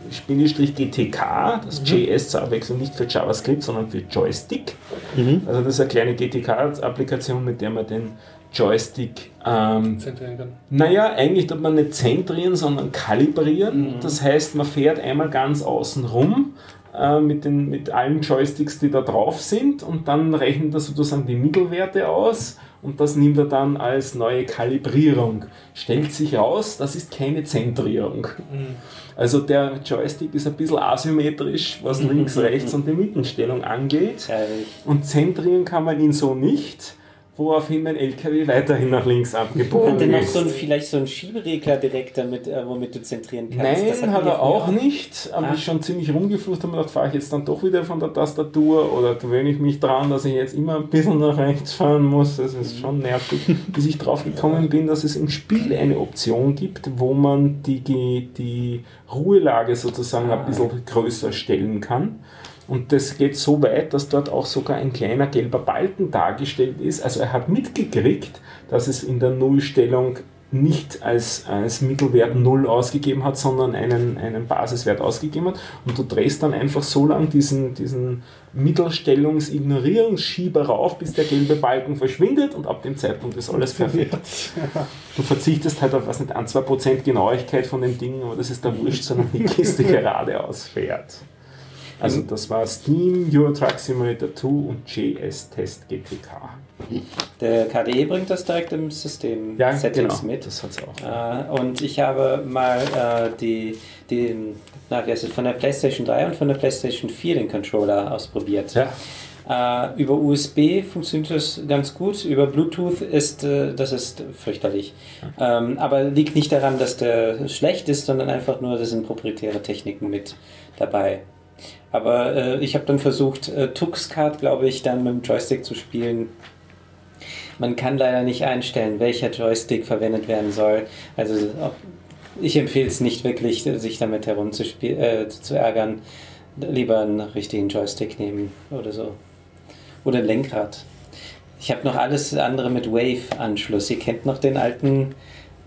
G T K, das mhm. J S zur Abwechslung nicht für JavaScript, sondern für Joystick. Mhm. Also das ist eine kleine G T K-Applikation, mit der man den Joystick ähm, zentrieren kann. Naja, eigentlich tut man nicht zentrieren, sondern kalibrieren. Mhm. Das heißt, man fährt einmal ganz außen rum äh, mit, den, mit allen Joysticks, die da drauf sind, und dann rechnet er sozusagen die Mittelwerte aus. Und das nimmt er dann als neue Kalibrierung. Stellt sich raus, das ist keine Zentrierung. Mhm. Also der Joystick ist ein bisschen asymmetrisch, was mhm. links, rechts und die Mittenstellung angeht. Und zentrieren kann man ihn so nicht, woraufhin mein L K W weiterhin nach links abgebogen ist. Hat er noch so ein, vielleicht so einen Schieberegler direkt, damit, äh, womit du zentrieren kannst? Nein, das hat er auch nicht. Aber ah. ich schon ziemlich rumgeflucht habe und gedacht, fahre ich jetzt dann doch wieder von der Tastatur oder gewöhne ich mich dran, dass ich jetzt immer ein bisschen nach rechts fahren muss. Das ist schon nervig. Bis ich drauf gekommen bin, dass es im Spiel eine Option gibt, wo man die, die Ruhelage sozusagen ein bisschen größer stellen kann. Und das geht so weit, dass dort auch sogar ein kleiner gelber Balken dargestellt ist. Also er hat mitgekriegt, dass es in der Nullstellung nicht als, als Mittelwert null ausgegeben hat, sondern einen, einen Basiswert ausgegeben hat. Und du drehst dann einfach so lange diesen, diesen Mittelstellungs-Ignorierungsschieber rauf, bis der gelbe Balken verschwindet, und ab dem Zeitpunkt ist alles perfekt. Du verzichtest halt auf was nicht, ein, zwei Prozent Genauigkeit von dem Ding, aber das ist der Wurscht, sondern die Kiste geradeaus fährt. Also das war Steam, Euro Truck Simulator zwei und J S Test G T K. Der K D E bringt das direkt im System ja, Settings genau, mit. Das hat's auch. Äh, und ich habe mal äh, die, die na, wie heißt es, von der PlayStation drei und von der PlayStation vier den Controller ausprobiert. Ja. Äh, über U S B funktioniert das ganz gut, über Bluetooth ist äh, das ist fürchterlich. Ja. Ähm, aber liegt nicht daran, dass der schlecht ist, sondern einfach nur, das sind proprietäre Techniken mit dabei. Aber äh, ich habe dann versucht, äh, Tuxcart, glaube ich, dann mit dem Joystick zu spielen. Man kann leider nicht einstellen, welcher Joystick verwendet werden soll. Also ich empfehle es nicht wirklich, sich damit herumzuspielen, äh, zu ärgern. Lieber einen richtigen Joystick nehmen oder so. Oder ein Lenkrad. Ich habe noch alles andere mit Wave-Anschluss. Ihr kennt noch den alten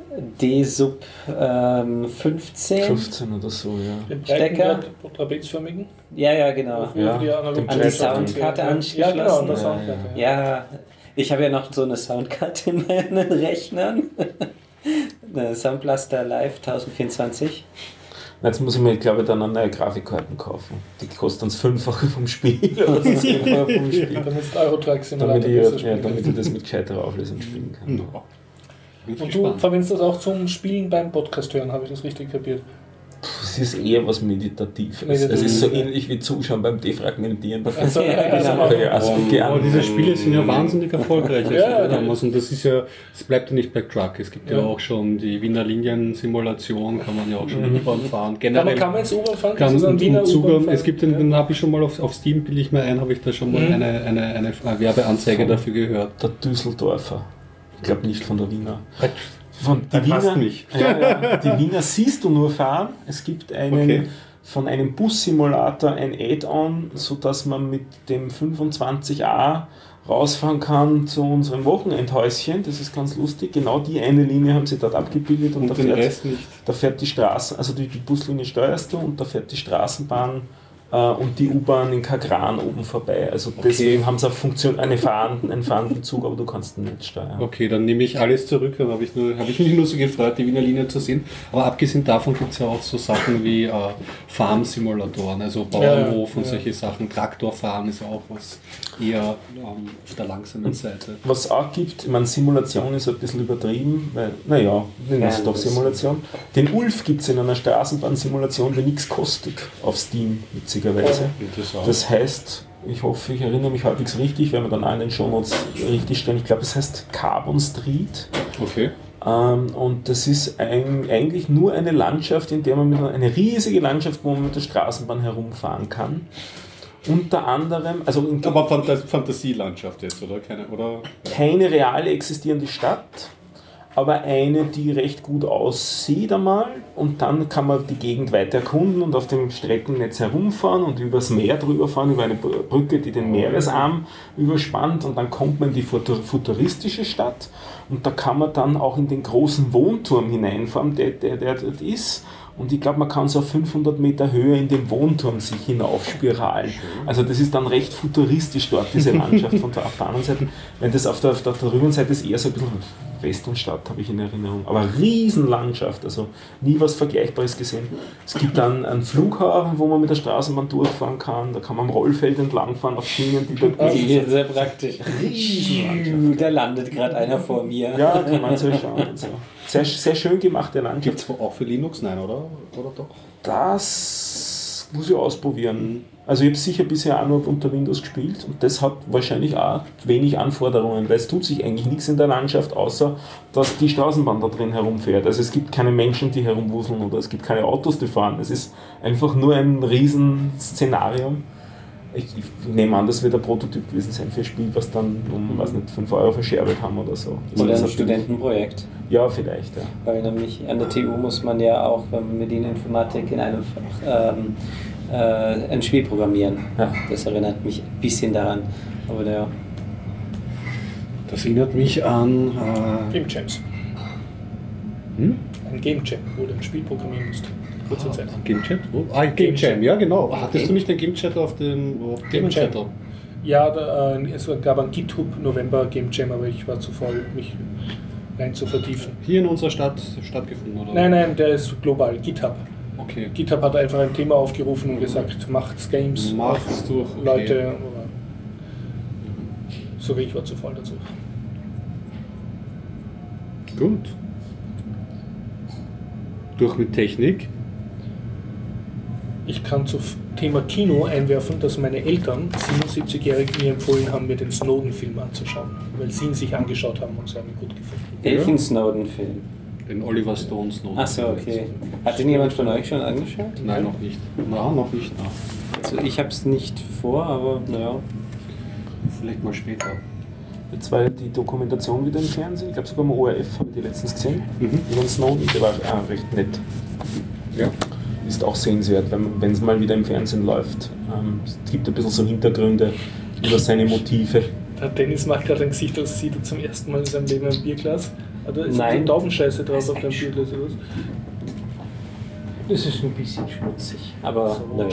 D-Sub ähm, fünfzehn? fünfzehn oder so, ja. Den Stecker? Trapezförmigen? Ja, ja, genau. Ja, die an die Soundkarte anschließen. Ja, genau, an der Soundkarte. Ja, ja. Ich habe ja noch so eine Soundkarte in meinen Rechnern. Eine Soundblaster Live tausend vierundzwanzig. Jetzt muss ich mir, glaube ich, dann eine neue Grafikkarten kaufen. Die kosten das Fünffache vom Spiel. Oder das Zehnfache vom Spiel. Ja, damit du Euro Truck Simulator damit ich, ja, damit ich das mit gescheiterer Auflösung spielen kann. Mhm. Und du spannend. Verwendest das auch zum Spielen beim Podcast hören, habe ich das richtig kapiert? Es ist eher was Meditatives. Meditativ. Es ist so ähnlich wie Zuschauen beim Defragmentieren. Also, ja, genau. ja, also oh, aber diese Spiele sind ja wahnsinnig erfolgreich. ja, ja, und das ist ja, es bleibt ja nicht bei Truck. Es gibt ja, ja auch schon die Wiener Linien-Simulation, kann man ja auch schon mhm. U-Bahn fahren. Generell kann man jetzt U-Bahn fahren? Kann man Wiener U-Bahn fahren? Es gibt den, den habe ich schon mal auf, auf Steam, bilde ich mir ein, habe ich da schon mal mhm. eine, eine, eine Werbeanzeige von dafür gehört. Der Düsseldorfer. Ich glaube nicht von der Wiener. Von die, Wiener, mich. Ja, ja, die Wiener siehst du nur fahren. Es gibt einen, okay. von einem Bussimulator ein Add-on, sodass man mit dem fünfundzwanzig a rausfahren kann zu unserem Wochenendhäuschen. Das ist ganz lustig. Genau die eine Linie haben sie dort abgebildet und, und da, fährt, da fährt die Straße, also die, die Buslinie steuerst du und da fährt die Straßenbahn und die U-Bahn in Kagran oben vorbei. Also deswegen Okay. haben sie eine Funktion, eine fahrenden, einen fahrenden Zug, aber du kannst ihn nicht steuern. Okay, dann nehme ich alles zurück, dann habe ich, nur- habe ich mich nur so gefreut, die Wiener Linie zu sehen. Aber abgesehen davon gibt es ja auch so Sachen wie äh, Farm-Simulatoren, also Bauernhof Ja, und ja. solche Sachen. Traktorfahren ist auch was eher ähm, auf der langsamen Seite. Was es auch gibt, ich meine, Simulation ist ein bisschen übertrieben, weil, naja, nennen wir es doch Simulation. Den Ulf gibt es in einer Straßenbahn-Simulation, die nichts kostet, auf Steam, witzigerweise. Interessant. Das heißt, ich hoffe, ich erinnere mich halbwegs richtig, wenn wir dann auch in den Shownotes richtig stellen, ich glaube, es heißt Carbon Street. Okay. Ähm, und das ist ein, eigentlich nur eine Landschaft, in der man mit einer, eine riesige Landschaft, wo man mit der Straßenbahn herumfahren kann. Unter anderem, also in, Aber Phanta- Fantasielandschaft jetzt, oder? Keine, oder? keine reale existierende Stadt, aber eine, die recht gut aussieht einmal. Und dann kann man die Gegend weiter erkunden und auf dem Streckennetz herumfahren und übers Meer drüber fahren, über eine Brücke, die den Meeresarm überspannt. Und dann kommt man in die futur- futuristische Stadt und da kann man dann auch in den großen Wohnturm hineinfahren, der, der, der dort ist. Und ich glaube, man kann so auf fünfhundert Meter Höhe in den Wohnturm sich hinaufspiralen. Also das ist dann recht futuristisch dort, diese Landschaft. Und auf der anderen Seite, wenn das auf der, auf der drüben Seite ist, eher so ein bisschen West und Stadt, habe ich in Erinnerung. Aber eine Riesenlandschaft, also nie was Vergleichbares gesehen. Es gibt dann einen Flughafen, wo man mit der Straßenbahn durchfahren kann. Da kann man am Rollfeld entlangfahren auf Schienen, die dort Die ist sehr praktisch. Da landet gerade einer vor mir. Ja, kann man so schauen. Und so. Sehr, sehr schön gemachte Gibt Landschaft. es auch für Linux? Nein, oder? Oder doch? Das muss ich ausprobieren. Also ich habe sicher bisher auch nur unter Windows gespielt und das hat wahrscheinlich auch wenig Anforderungen, weil es tut sich eigentlich nichts in der Landschaft, außer dass die Straßenbahn da drin herumfährt. Also es gibt keine Menschen, die herumwuseln oder es gibt keine Autos, die fahren. Es ist einfach nur ein riesen Szenarium. Ich, ich nehme an, das wird ein Prototyp gewesen sein für ein Spiel, was dann um, weiß nicht, fünf Euro verscherbelt haben oder so. Das Oder ist ein natürlich- Studentenprojekt. Ja, vielleicht, ja. Weil nämlich an der T U muss man ja auch beim Medieninformatik in einem Fach ähm, äh, ein Spiel programmieren. Ja. Das erinnert mich ein bisschen daran. Aber naja. Das erinnert mich an. Äh, Game Jams. hm? Ein Game Jam, wo du ein Spiel programmieren musst. Kurze Zeit. Game Chat? Oh, ah, Game Jam, ja genau. Hattest du nicht den Game Chat auf dem auf Game dem Jam. Chat? Ja, da, äh, es gab ein GitHub November Game Jam, aber ich war zu faul, mich rein zu vertiefen. Hier in unserer Stadt stattgefunden, oder? Nein, nein, der ist global, GitHub. Okay. GitHub hat einfach ein Thema aufgerufen und gesagt, macht's Games, Macht's durch, okay. Leute. Oder so wie ich war zu faul dazu. Gut. Durch mit Technik. Ich kann zum Thema Kino einwerfen, dass meine Eltern, siebenundsiebzigjährig, mir empfohlen haben, mir den Snowden-Film anzuschauen, weil sie ihn sich angeschaut haben und sie haben ihn gut gefunden. Welchen Snowden-Film? Den Oliver Stone Snowden. Achso, okay. Hat den jemand von euch schon angeschaut? Nein, noch nicht. Na, noch nicht. Na. Also ich habe es nicht vor, aber naja. Vielleicht mal später. Jetzt war ja die Dokumentation wieder im Fernsehen, ich glaube sogar im O R F, habe ich die letztens gesehen, Mhm. über den Snowden, der war auch recht nett. Ja. Ist auch sehenswert, wenn es mal wieder im Fernsehen läuft. Ähm, es gibt ein bisschen so Hintergründe über seine Motive. Der Dennis macht gerade ein Gesicht, als sieht er zum ersten Mal in seinem Leben ein Bierglas. Oder ist Nein. die Taubenscheiße drauf auf deinem Bierglas oder was? Das ist ein bisschen schmutzig. Aber So. naja.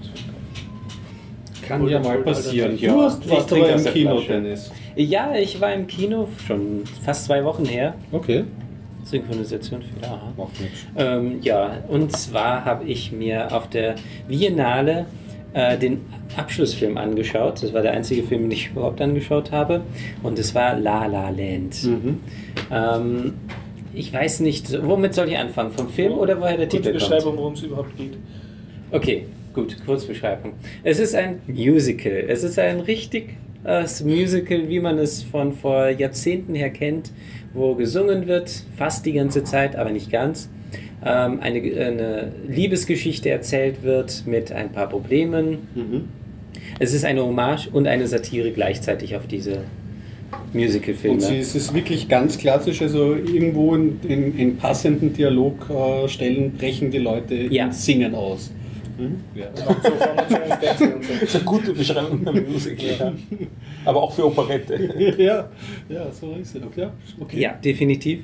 Kann ja mal passieren. Ja, Du hast, ich warst trinke aber aus im der Kino, Flasche. Dennis. Ja, ich war im Kino schon fast zwei Wochen her. Okay. Synchronisation für aha. Macht nichts. Ähm, ja, und zwar habe ich mir auf der Biennale äh, den Abschlussfilm angeschaut. Das war der einzige Film, den ich überhaupt angeschaut habe. Und es war La La Land. Mhm. Ähm, ich weiß nicht, womit soll ich anfangen? Vom Film oder woher der Titel kommt? Beschreibung, worum es überhaupt geht. Okay, gut, Kurzbeschreibung. Es ist ein Musical. Es ist ein richtig äh, Musical, wie man es von vor Jahrzehnten her kennt, wo gesungen wird, fast die ganze Zeit, aber nicht ganz. Ähm, eine, eine Liebesgeschichte erzählt wird mit ein paar Problemen. Mhm. Es ist eine Hommage und eine Satire gleichzeitig auf diese Musical-Filme. Und sie, es ist wirklich ganz klassisch, also irgendwo in, in, in passenden Dialogstellen brechen die Leute Ja. ins Singen aus. Mhm. Ja. Und auch so Formationen und so. Das ist eine gute Beschreibung der Musik. Ja. Aber auch für Operette. ja, ja, so ist es. Ja, okay. Ja, definitiv.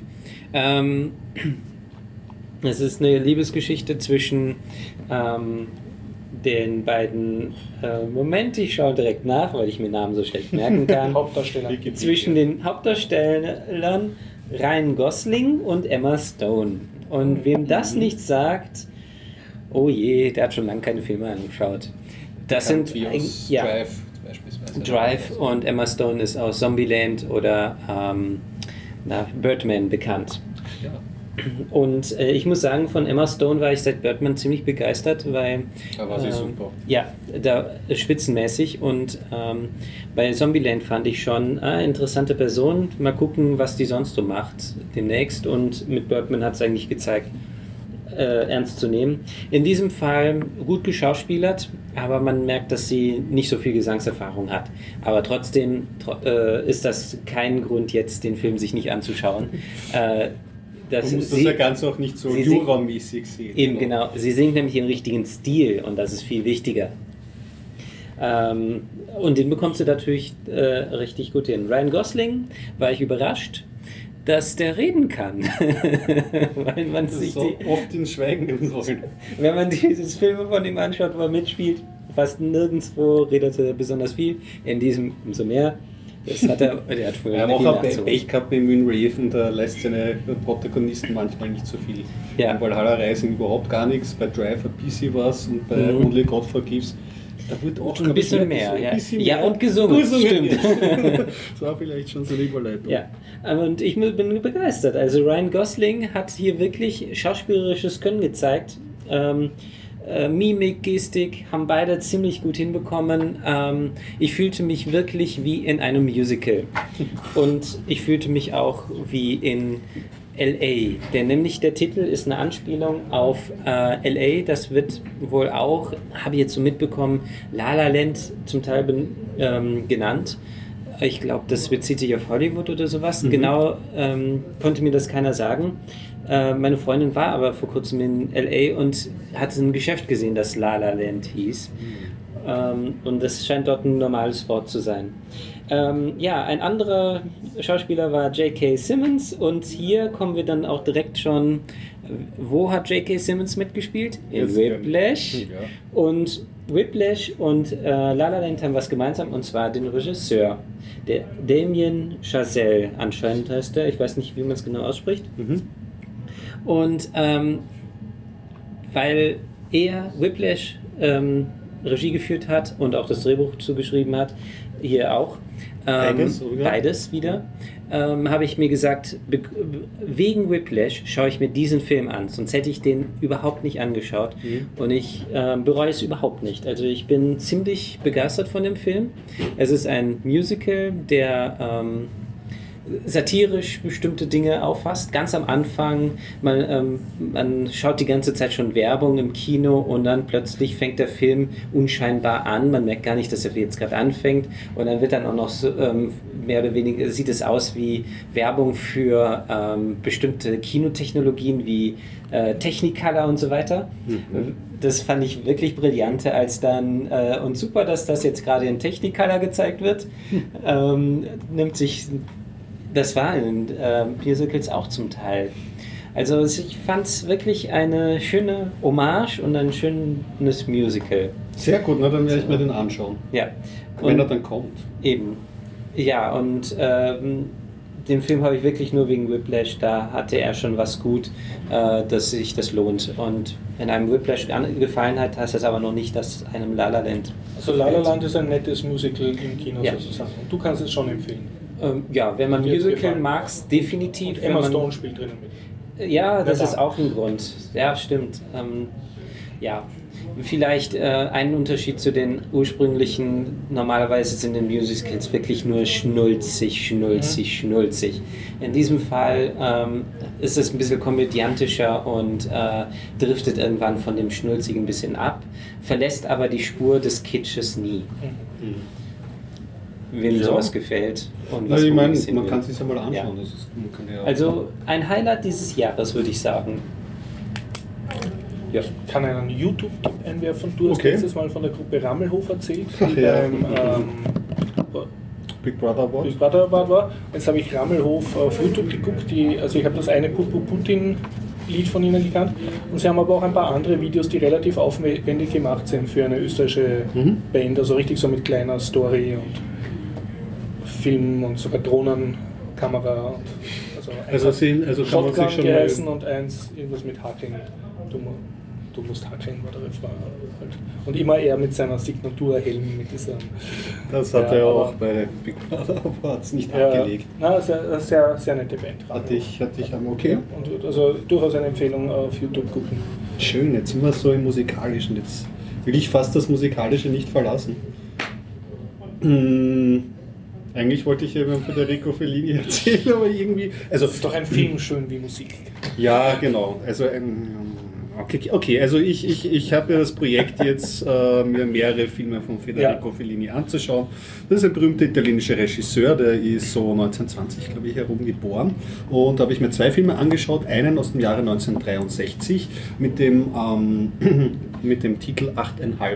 Ähm, es ist eine Liebesgeschichte zwischen ähm, den beiden, äh, Moment, ich schaue direkt nach, weil ich mir Namen so schlecht merken kann. Hauptdarsteller. Zwischen den Hauptdarstellern Ryan Gosling und Emma Stone. Und wem das nicht sagt, oh je, der hat schon lange keine Filme angeschaut. Das sind wie aus ja, Drive beispielsweise. Drive und Emma Stone ist aus Zombieland oder ähm, na, Birdman bekannt. Ja. Und äh, ich muss sagen, von Emma Stone war ich seit Birdman ziemlich begeistert, weil Da war sie ähm, super. ja, da spitzenmäßig und ähm, bei Zombieland fand ich schon äh, interessante Person. Mal gucken, was die sonst so macht demnächst, und mit Birdman hat es eigentlich gezeigt, äh, ernst zu nehmen. In diesem Fall gut geschauspielert, aber man merkt, dass sie nicht so viel Gesangserfahrung hat. Aber trotzdem tro- äh, ist das kein Grund, jetzt den Film sich nicht anzuschauen. Äh, dass Du musst sie, das ja ganz auch nicht so sie singt- Jura-mäßig sehen. Eben, genau. Sie singt nämlich im richtigen Stil und das ist viel wichtiger. Ähm, und den bekommst du natürlich äh, richtig gut hin. Ryan Gosling, war ich überrascht, dass der reden kann. Weil man Das sich ist so die, oft in Schweigen sollen. wenn man dieses Filme von ihm anschaut, wo er mitspielt, fast nirgendwo redet er besonders viel. In diesem umso mehr. Das hat er, der hat vorher Er hat nicht auch viel ein nachzu- Pech gehabt im Win-Reven, da lässt seine Protagonisten manchmal nicht so viel. Ja. In Valhalla Rising überhaupt gar nichts, bei Drive ein bisschen was und bei Mhm. Only God Forgives, da wird auch Ein bisschen glaub ich, mehr, so ein ja. bisschen Ja, mehr und gesungen, stimmt. Das war vielleicht schon so eine Überleitung. Ja, und ich bin begeistert. Also Ryan Gosling hat hier wirklich schauspielerisches Können gezeigt. Ähm, äh, Mimik, Gestik haben beide ziemlich gut hinbekommen. Ähm, ich fühlte mich wirklich wie in einem Musical. Und ich fühlte mich auch wie in L A. Denn nämlich der Titel ist eine Anspielung auf äh, L A. Das wird wohl auch, habe ich jetzt so mitbekommen, La La Land zum Teil ben, ähm, genannt. Ich glaube, das bezieht sich auf Hollywood oder sowas. Mhm. Genau ähm, konnte mir das keiner sagen. Äh, meine Freundin war aber vor kurzem in L A und hat ein Geschäft gesehen, das La La Land hieß. Mhm. Ähm, und das scheint dort ein normales Wort zu sein. Ähm, ja, ein anderer Schauspieler war J K. Simmons und hier kommen wir dann auch direkt schon, wo hat J K. Simmons mitgespielt? In Jetzt, Whiplash. ja. Und Whiplash und äh, La La Land haben was gemeinsam, und zwar den Regisseur. Der Damien Chazelle anscheinend heißt er, ich weiß nicht, wie man es genau ausspricht. Mhm. Und ähm, weil er Whiplash ähm, Regie geführt hat und auch das Drehbuch zugeschrieben hat, hier auch, ähm, Beides, oder? beides wieder, ähm, habe ich mir gesagt, be- wegen Whiplash schaue ich mir diesen Film an, sonst hätte ich den überhaupt nicht angeschaut. Mhm. Und ich ähm, bereue es überhaupt nicht. Also ich bin ziemlich begeistert von dem Film. Es ist ein Musical, der ähm, satirisch bestimmte Dinge auffasst. Ganz am Anfang, man, ähm, man schaut die ganze Zeit schon Werbung im Kino und dann plötzlich fängt der Film unscheinbar an. Man merkt gar nicht, dass er jetzt gerade anfängt, und dann wird dann auch noch so, ähm, mehr oder weniger, sieht es aus wie Werbung für ähm, bestimmte Kinotechnologien wie äh, Technicolor und so weiter. Mhm. Das fand ich wirklich brillant, als dann, äh, und super, dass das jetzt gerade in Technicolor gezeigt wird, ähm, nimmt sich. Das war in äh, Musicals auch zum Teil. Also ich fand es wirklich eine schöne Hommage und ein schönes Musical. Sehr gut, na, dann werde ich mir den anschauen. Ja. Wenn Und er dann kommt. eben. Ja, und ähm, den Film habe ich wirklich nur wegen Whiplash. Da hatte er schon was gut, äh, dass sich das lohnt. Und wenn einem Whiplash gefallen hat, heißt das aber noch nicht, dass einem La La Land. Also La La Land ist ein nettes Musical im Kino Ja. sozusagen. Und du kannst es schon empfehlen. Ähm, ja, wenn man Hat dir jetzt Musical gefallen? mag, definitiv. Und wenn Emma man, Stone spielt drinnen mit. Ja, das Ja, ist da. auch ein Grund. Ja, stimmt. Ähm, ja, vielleicht äh, ein Unterschied zu den ursprünglichen, normalerweise sind in Musicals wirklich nur schnulzig, schnulzig, mhm. schnulzig. In diesem Fall ähm, ist es ein bisschen komödiantischer und äh, driftet irgendwann von dem Schnulzigen ein bisschen ab, verlässt aber die Spur des Kitsches nie. Mhm. Wem Ja. sowas gefällt. Und Na, was ich wo meine, es hin man will. kann es sich ja mal anschauen. Ja. Das ist, man kann ja Also ein Highlight dieses Jahres, würde ich sagen. Ja. Ich kann einen YouTube-Tipp einwerfen. Du hast Okay. letztes Mal von der Gruppe Rammelhof erzählt, die Ach ja. beim ähm, Big Brother Award. Big Brother Award war. Jetzt habe ich Rammelhof auf YouTube geguckt. Die, also ich habe das eine Pupu Putin Lied von ihnen gekannt. Und sie haben aber auch ein paar andere Videos, die relativ aufwendig gemacht sind für eine österreichische mhm. Band, also richtig so mit kleiner Story und Film und sogar Drohnenkamera. Und also also, sind, also kann man sich schon geheißen und eins irgendwas mit Hackeln. Du, du musst hackeln, war der Refrain. Halt. Und immer er mit seiner Signaturhelm, mit dieser... Das hat ja, er auch bei Big Brother Awards nicht ja, abgelegt. Na, sehr, sehr, sehr nette Band. Hatte ich, hatte ich am okay. Und also durchaus eine Empfehlung auf YouTube gucken. Schön, jetzt sind wir so im Musikalischen. Jetzt will ich fast das Musikalische nicht verlassen. Hm, eigentlich wollte ich ja über Federico Fellini erzählen, aber irgendwie... Also, das ist doch ein Film schön wie Musik. Ja, genau. Also ein... Okay, okay, also ich, ich, ich habe ja das Projekt jetzt, äh, mir mehrere Filme von Federico ja. Fellini anzuschauen. Das ist ein berühmter italienischer Regisseur, der ist so neunzehnhundertzwanzig, glaube ich, herum geboren. Und da habe ich mir zwei Filme angeschaut, einen aus dem Jahre neunzehnhundertdreiundsechzig mit dem, ähm, mit dem Titel achteinhalb.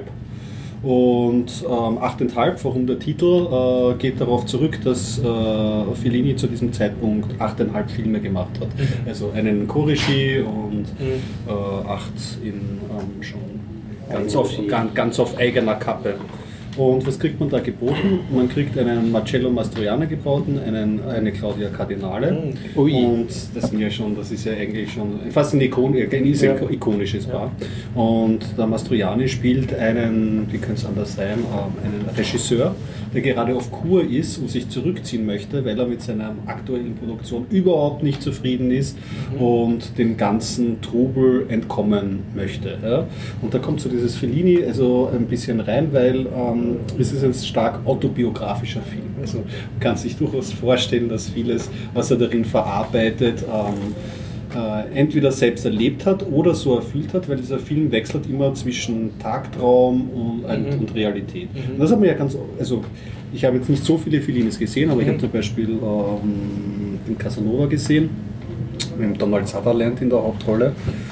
Und ähm, achteinhalb, warum der Titel, äh, geht darauf zurück, dass äh, Fellini zu diesem Zeitpunkt achteinhalb Filme gemacht hat. Mhm. Also einen Co-Regie und mhm. äh, acht in ähm, schon ganz auf, ganz, ganz auf eigener Kappe. Und was kriegt man da geboten? Man kriegt einen Marcello Mastroianni geboten, einen, eine Claudia Cardinale. Oh, und das sind ja schon, das ist ja eigentlich schon fast ein, Ikon, ein ja. ikonisches Paar. Ja. Und der Mastroianni spielt einen, wie könnte es anders sein, einen Regisseur, der gerade auf Kur ist und sich zurückziehen möchte, weil er mit seiner aktuellen Produktion überhaupt nicht zufrieden ist mhm. und dem ganzen Trubel entkommen möchte. Ja? Und da kommt so dieses Fellini also ein bisschen rein, weil ähm, es ist ein stark autobiografischer Film. Also man kann sich durchaus vorstellen, dass vieles, was er darin verarbeitet, ähm, äh, entweder selbst erlebt hat oder so erfüllt hat, weil dieser Film wechselt immer zwischen Tagtraum und, mhm. und Realität. Mhm. Und das hat man ja ganz, also ich habe jetzt nicht so viele Fellinis gesehen, aber mhm. ich habe zum Beispiel ähm, den Casanova gesehen, mit Donald Sutherland in der Hauptrolle.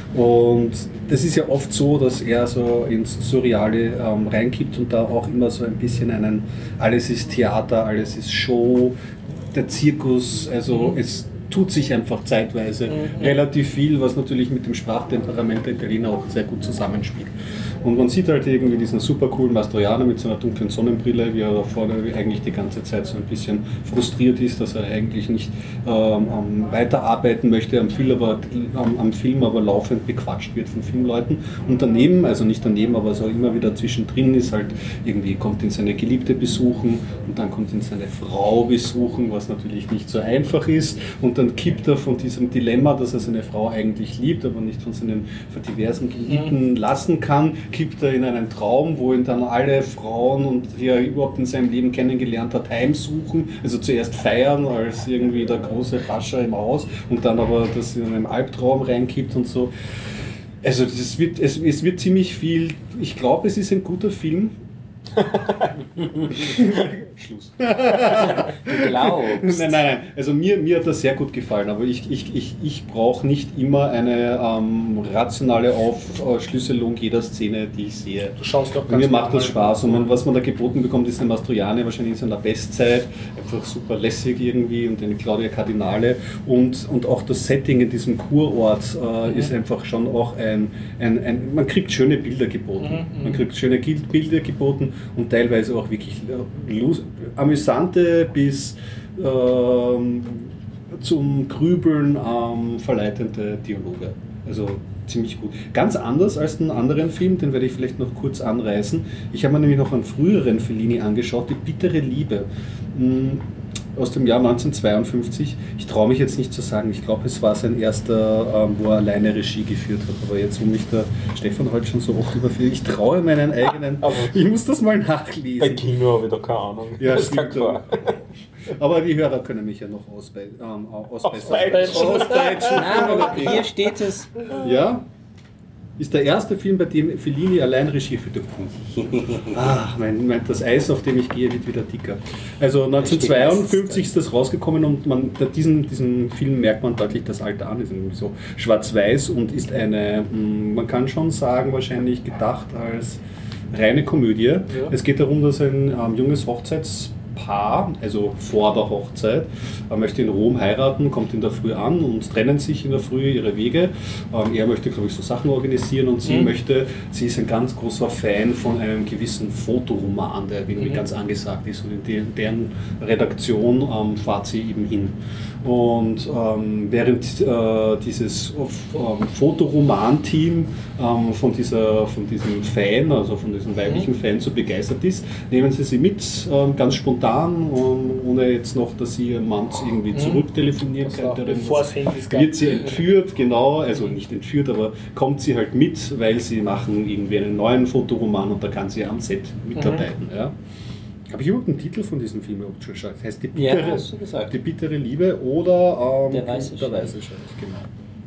Und das ist ja oft so, dass er so ins Surreale ähm, reinkippt und da auch immer so ein bisschen einen, alles ist Theater, alles ist Show, der Zirkus, also mhm. es tut sich einfach zeitweise mhm. relativ viel, was natürlich mit dem Sprachtemperament der Italiener auch sehr gut zusammenspielt. Und man sieht halt irgendwie diesen super coolen Mastroianni mit so einer dunklen Sonnenbrille, wie er da vorne eigentlich die ganze Zeit so ein bisschen frustriert ist, dass er eigentlich nicht ähm, weiterarbeiten möchte am Film, aber, am, am Film, aber laufend bequatscht wird von Filmleuten. Und daneben, also nicht daneben, aber so immer wieder zwischendrin ist halt irgendwie, kommt ihn seine Geliebte besuchen und dann kommt ihn seine Frau besuchen, was natürlich nicht so einfach ist. Und dann kippt er von diesem Dilemma, dass er seine Frau eigentlich liebt, aber nicht von seinen diversen Geliebten lassen kann, kippt er in einen Traum, wo ihn dann alle Frauen, und die er überhaupt in seinem Leben kennengelernt hat, heimsuchen. Also zuerst feiern als irgendwie der große Pascha im Haus und dann aber das in einen Albtraum reinkippt und so. Also das wird, es, es wird ziemlich viel, ich glaube, es ist ein guter Film. Schluss. Du glaubst. Nein, nein, nein. Also mir, mir hat das sehr gut gefallen, aber ich, ich, ich, ich brauche nicht immer eine ähm, rationale Aufschlüsselung jeder Szene, die ich sehe. Du schaust doch ganz Mir macht das Spaß und man, was man da geboten bekommt, ist eine Mastroianni wahrscheinlich in seiner Bestzeit, einfach super lässig irgendwie, und eine Claudia Cardinale und, und auch das Setting in diesem Kurort äh, mhm. ist einfach schon auch ein, ein, ein, man kriegt schöne Bilder geboten. Mhm. Man kriegt schöne Bilder geboten und teilweise auch wirklich amüsante bis ähm, zum Grübeln ähm, verleitende Dialoge. Also ziemlich gut. Ganz anders als einen anderen Film, den werde ich vielleicht noch kurz anreißen. Ich habe mir nämlich noch einen früheren Fellini angeschaut, Die bittere Liebe. Aus dem Jahr neunzehnhundertzweiundfünfzig. Ich traue mich jetzt nicht zu sagen, ich glaube, es war sein erster, ähm, wo er alleine Regie geführt hat. Aber jetzt, wo mich der Stefan heute schon so oft überführt, ich traue meinen eigenen, aber ich muss das mal nachlesen. Bei Kino habe ich da keine Ahnung. Ja, das kann klar. Aber die Hörer können mich ja noch ausbe- ähm, ausbessern. Ausdeutschen. Nein, hier steht es. Ja? Ist der erste Film, bei dem Fellini allein Regie führte. Ah, mein, mein, das Eis, auf dem ich gehe, wird wieder dicker. Also neunzehnhundertzweiundfünfzig ist das rausgekommen und man, diesen, diesen Film merkt man deutlich das Alter an. Ist irgendwie so schwarz-weiß und ist eine, man kann schon sagen, wahrscheinlich gedacht als reine Komödie. Ja. Es geht darum, dass ein ähm, junges Hochzeitspaar Paar, also vor der Hochzeit, er möchte in Rom heiraten, kommt in der Früh an und trennen sich in der Früh ihre Wege. Ähm, er möchte, glaube ich, so Sachen organisieren und sie mhm. möchte, sie ist ein ganz großer Fan von einem gewissen Fotoroman, der irgendwie mhm. ganz angesagt ist, und in deren Redaktion ähm, fährt sie eben hin. Und ähm, während äh, dieses ähm, Fotoroman-Team ähm, von, dieser, von diesem Fan, also von diesem weiblichen Fan so begeistert ist, nehmen sie sie mit, ähm, ganz spontan, ähm, ohne jetzt noch, dass sie ihren Mann irgendwie mhm. zurücktelefonieren könnte. Wird sie entführt, genau, also nicht entführt, aber kommt sie halt mit, weil sie machen irgendwie einen neuen Fotoroman und da kann sie am Set mitarbeiten. Mhm. Ja. Habe ich überhaupt einen Titel von diesem Film überhaupt schon geschaut? Das heißt Die bittere, ja, hast du gesagt. Die bittere Liebe oder ähm, Der weiße Scheich, genau.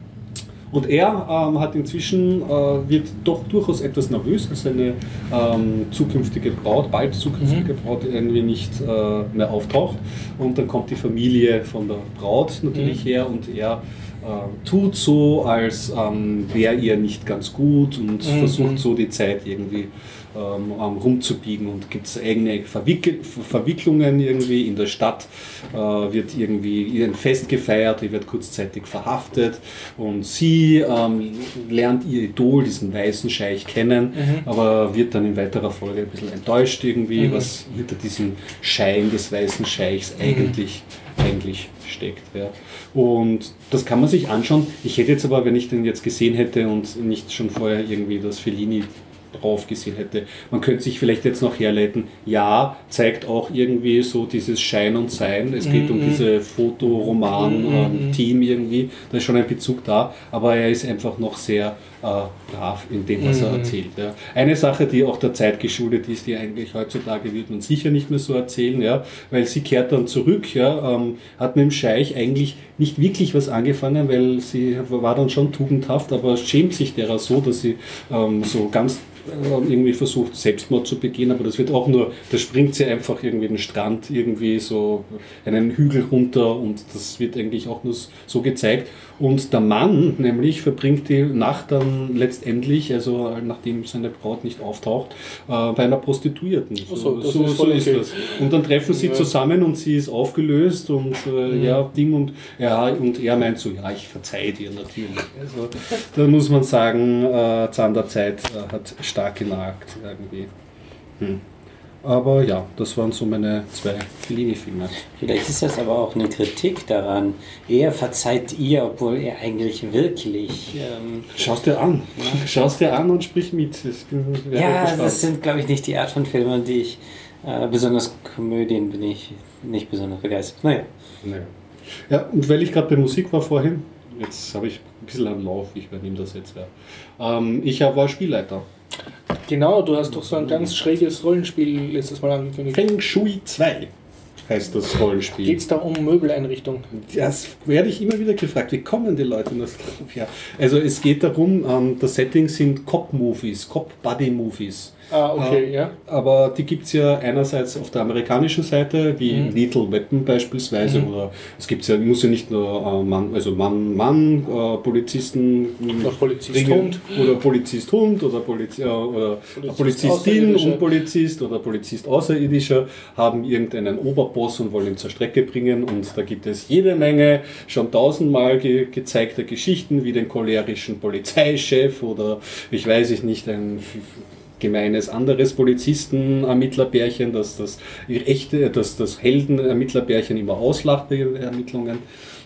Und er ähm, hat inzwischen, äh, wird doch durchaus etwas nervös, als seine ähm, zukünftige Braut, bald zukünftige mhm. Braut irgendwie nicht äh, mehr auftaucht. Und dann kommt die Familie von der Braut natürlich mhm. her und er äh, tut so, als ähm, wäre ihr nicht ganz gut und mhm. versucht so die Zeit irgendwie ähm, rumzubiegen, und gibt es eigene Verwickl- Verwicklungen irgendwie in der Stadt, äh, wird irgendwie ein Fest gefeiert, die wird kurzzeitig verhaftet und sie ähm, lernt ihr Idol, diesen weißen Scheich, kennen, mhm. aber wird dann in weiterer Folge ein bisschen enttäuscht irgendwie, mhm. was hinter diesem Schein des weißen Scheichs mhm. eigentlich, eigentlich steckt. Ja. Und das kann man sich anschauen. Ich hätte jetzt aber, wenn ich den jetzt gesehen hätte und nicht schon vorher irgendwie das Fellini drauf gesehen hätte. Man könnte sich vielleicht jetzt noch herleiten, ja, zeigt auch irgendwie so dieses Schein und Sein. Es geht mm-hmm. um diese Fotoroman-Team mm-hmm. ähm, irgendwie. Da ist schon ein Bezug da, aber er ist einfach noch sehr äh, brav in dem, was mm-hmm. er erzählt. Ja. Eine Sache, die auch der Zeit geschuldet ist, die eigentlich heutzutage wird man sicher nicht mehr so erzählen, ja, weil sie kehrt dann zurück, ja, ähm, hat mit dem Scheich eigentlich nicht wirklich was angefangen, weil sie war dann schon tugendhaft, aber schämt sich derer so, dass sie ähm, so ganz irgendwie versucht, Selbstmord zu begehen, aber das wird auch nur, da springt sie einfach irgendwie den Strand irgendwie so einen Hügel runter und das wird eigentlich auch nur so gezeigt. Und der Mann nämlich verbringt die Nacht dann letztendlich, also nachdem seine Braut nicht auftaucht, äh, bei einer Prostituierten. So, so, das so, ist, so ist das. Und dann treffen sie ja. zusammen und sie ist aufgelöst und äh, mhm. ja, Ding und, ja, und er meint so, ja, ich verzeihe dir natürlich. Also, da muss man sagen, äh, Zahn der Zeit äh, hat stark genagt irgendwie. Hm. Aber ja, das waren so meine zwei Fellini-Filme. Vielleicht ist das aber auch eine Kritik daran. Er verzeiht ihr, obwohl er eigentlich wirklich... Ähm, Schau's dir an. Ja. Schau's dir an und sprich mit. Das ja, gespannt. Das sind, glaube ich, nicht die Art von Filmen, die ich... Äh, besonders Komödien bin ich nicht besonders begeistert. Naja. naja. Ja, und weil ich gerade bei Musik war vorhin, jetzt habe ich ein bisschen einen Lauf, ich übernehme das jetzt. Ja. Ähm, ich war Spielleiter. Genau, du hast doch so ein ganz schräges Rollenspiel letztes Mal angekündigt. Feng Shui zwei heißt das Rollenspiel. Geht es da um Möbeleinrichtung? Das werde ich immer wieder gefragt. Wie kommen die Leute in das? Ja. Also es geht darum, ähm, das Setting sind Cop-Movies, Cop-Buddy-Movies. Ah, okay, äh, ja. Aber die gibt es ja einerseits auf der amerikanischen Seite, wie mhm. Lethal Weapon beispielsweise, mhm. oder es gibt ja, muss ja nicht nur äh, Mann, also Mann, Mann, äh, Polizisten, oder Polizist Hund. Oder Polizist Hund oder, Poliz, äh, oder Polizist Polizistin und Polizist oder Polizist Außerirdischer haben irgendeinen Oberboss und wollen ihn zur Strecke bringen, und da gibt es jede Menge schon tausendmal ge- gezeigte Geschichten, wie den cholerischen Polizeichef oder ich weiß ich nicht, ein gemeines anderes Polizisten-Ermittlerbärchen, das das echte, das das Helden-Ermittlerbärchen immer auslacht bei den Ermittlungen.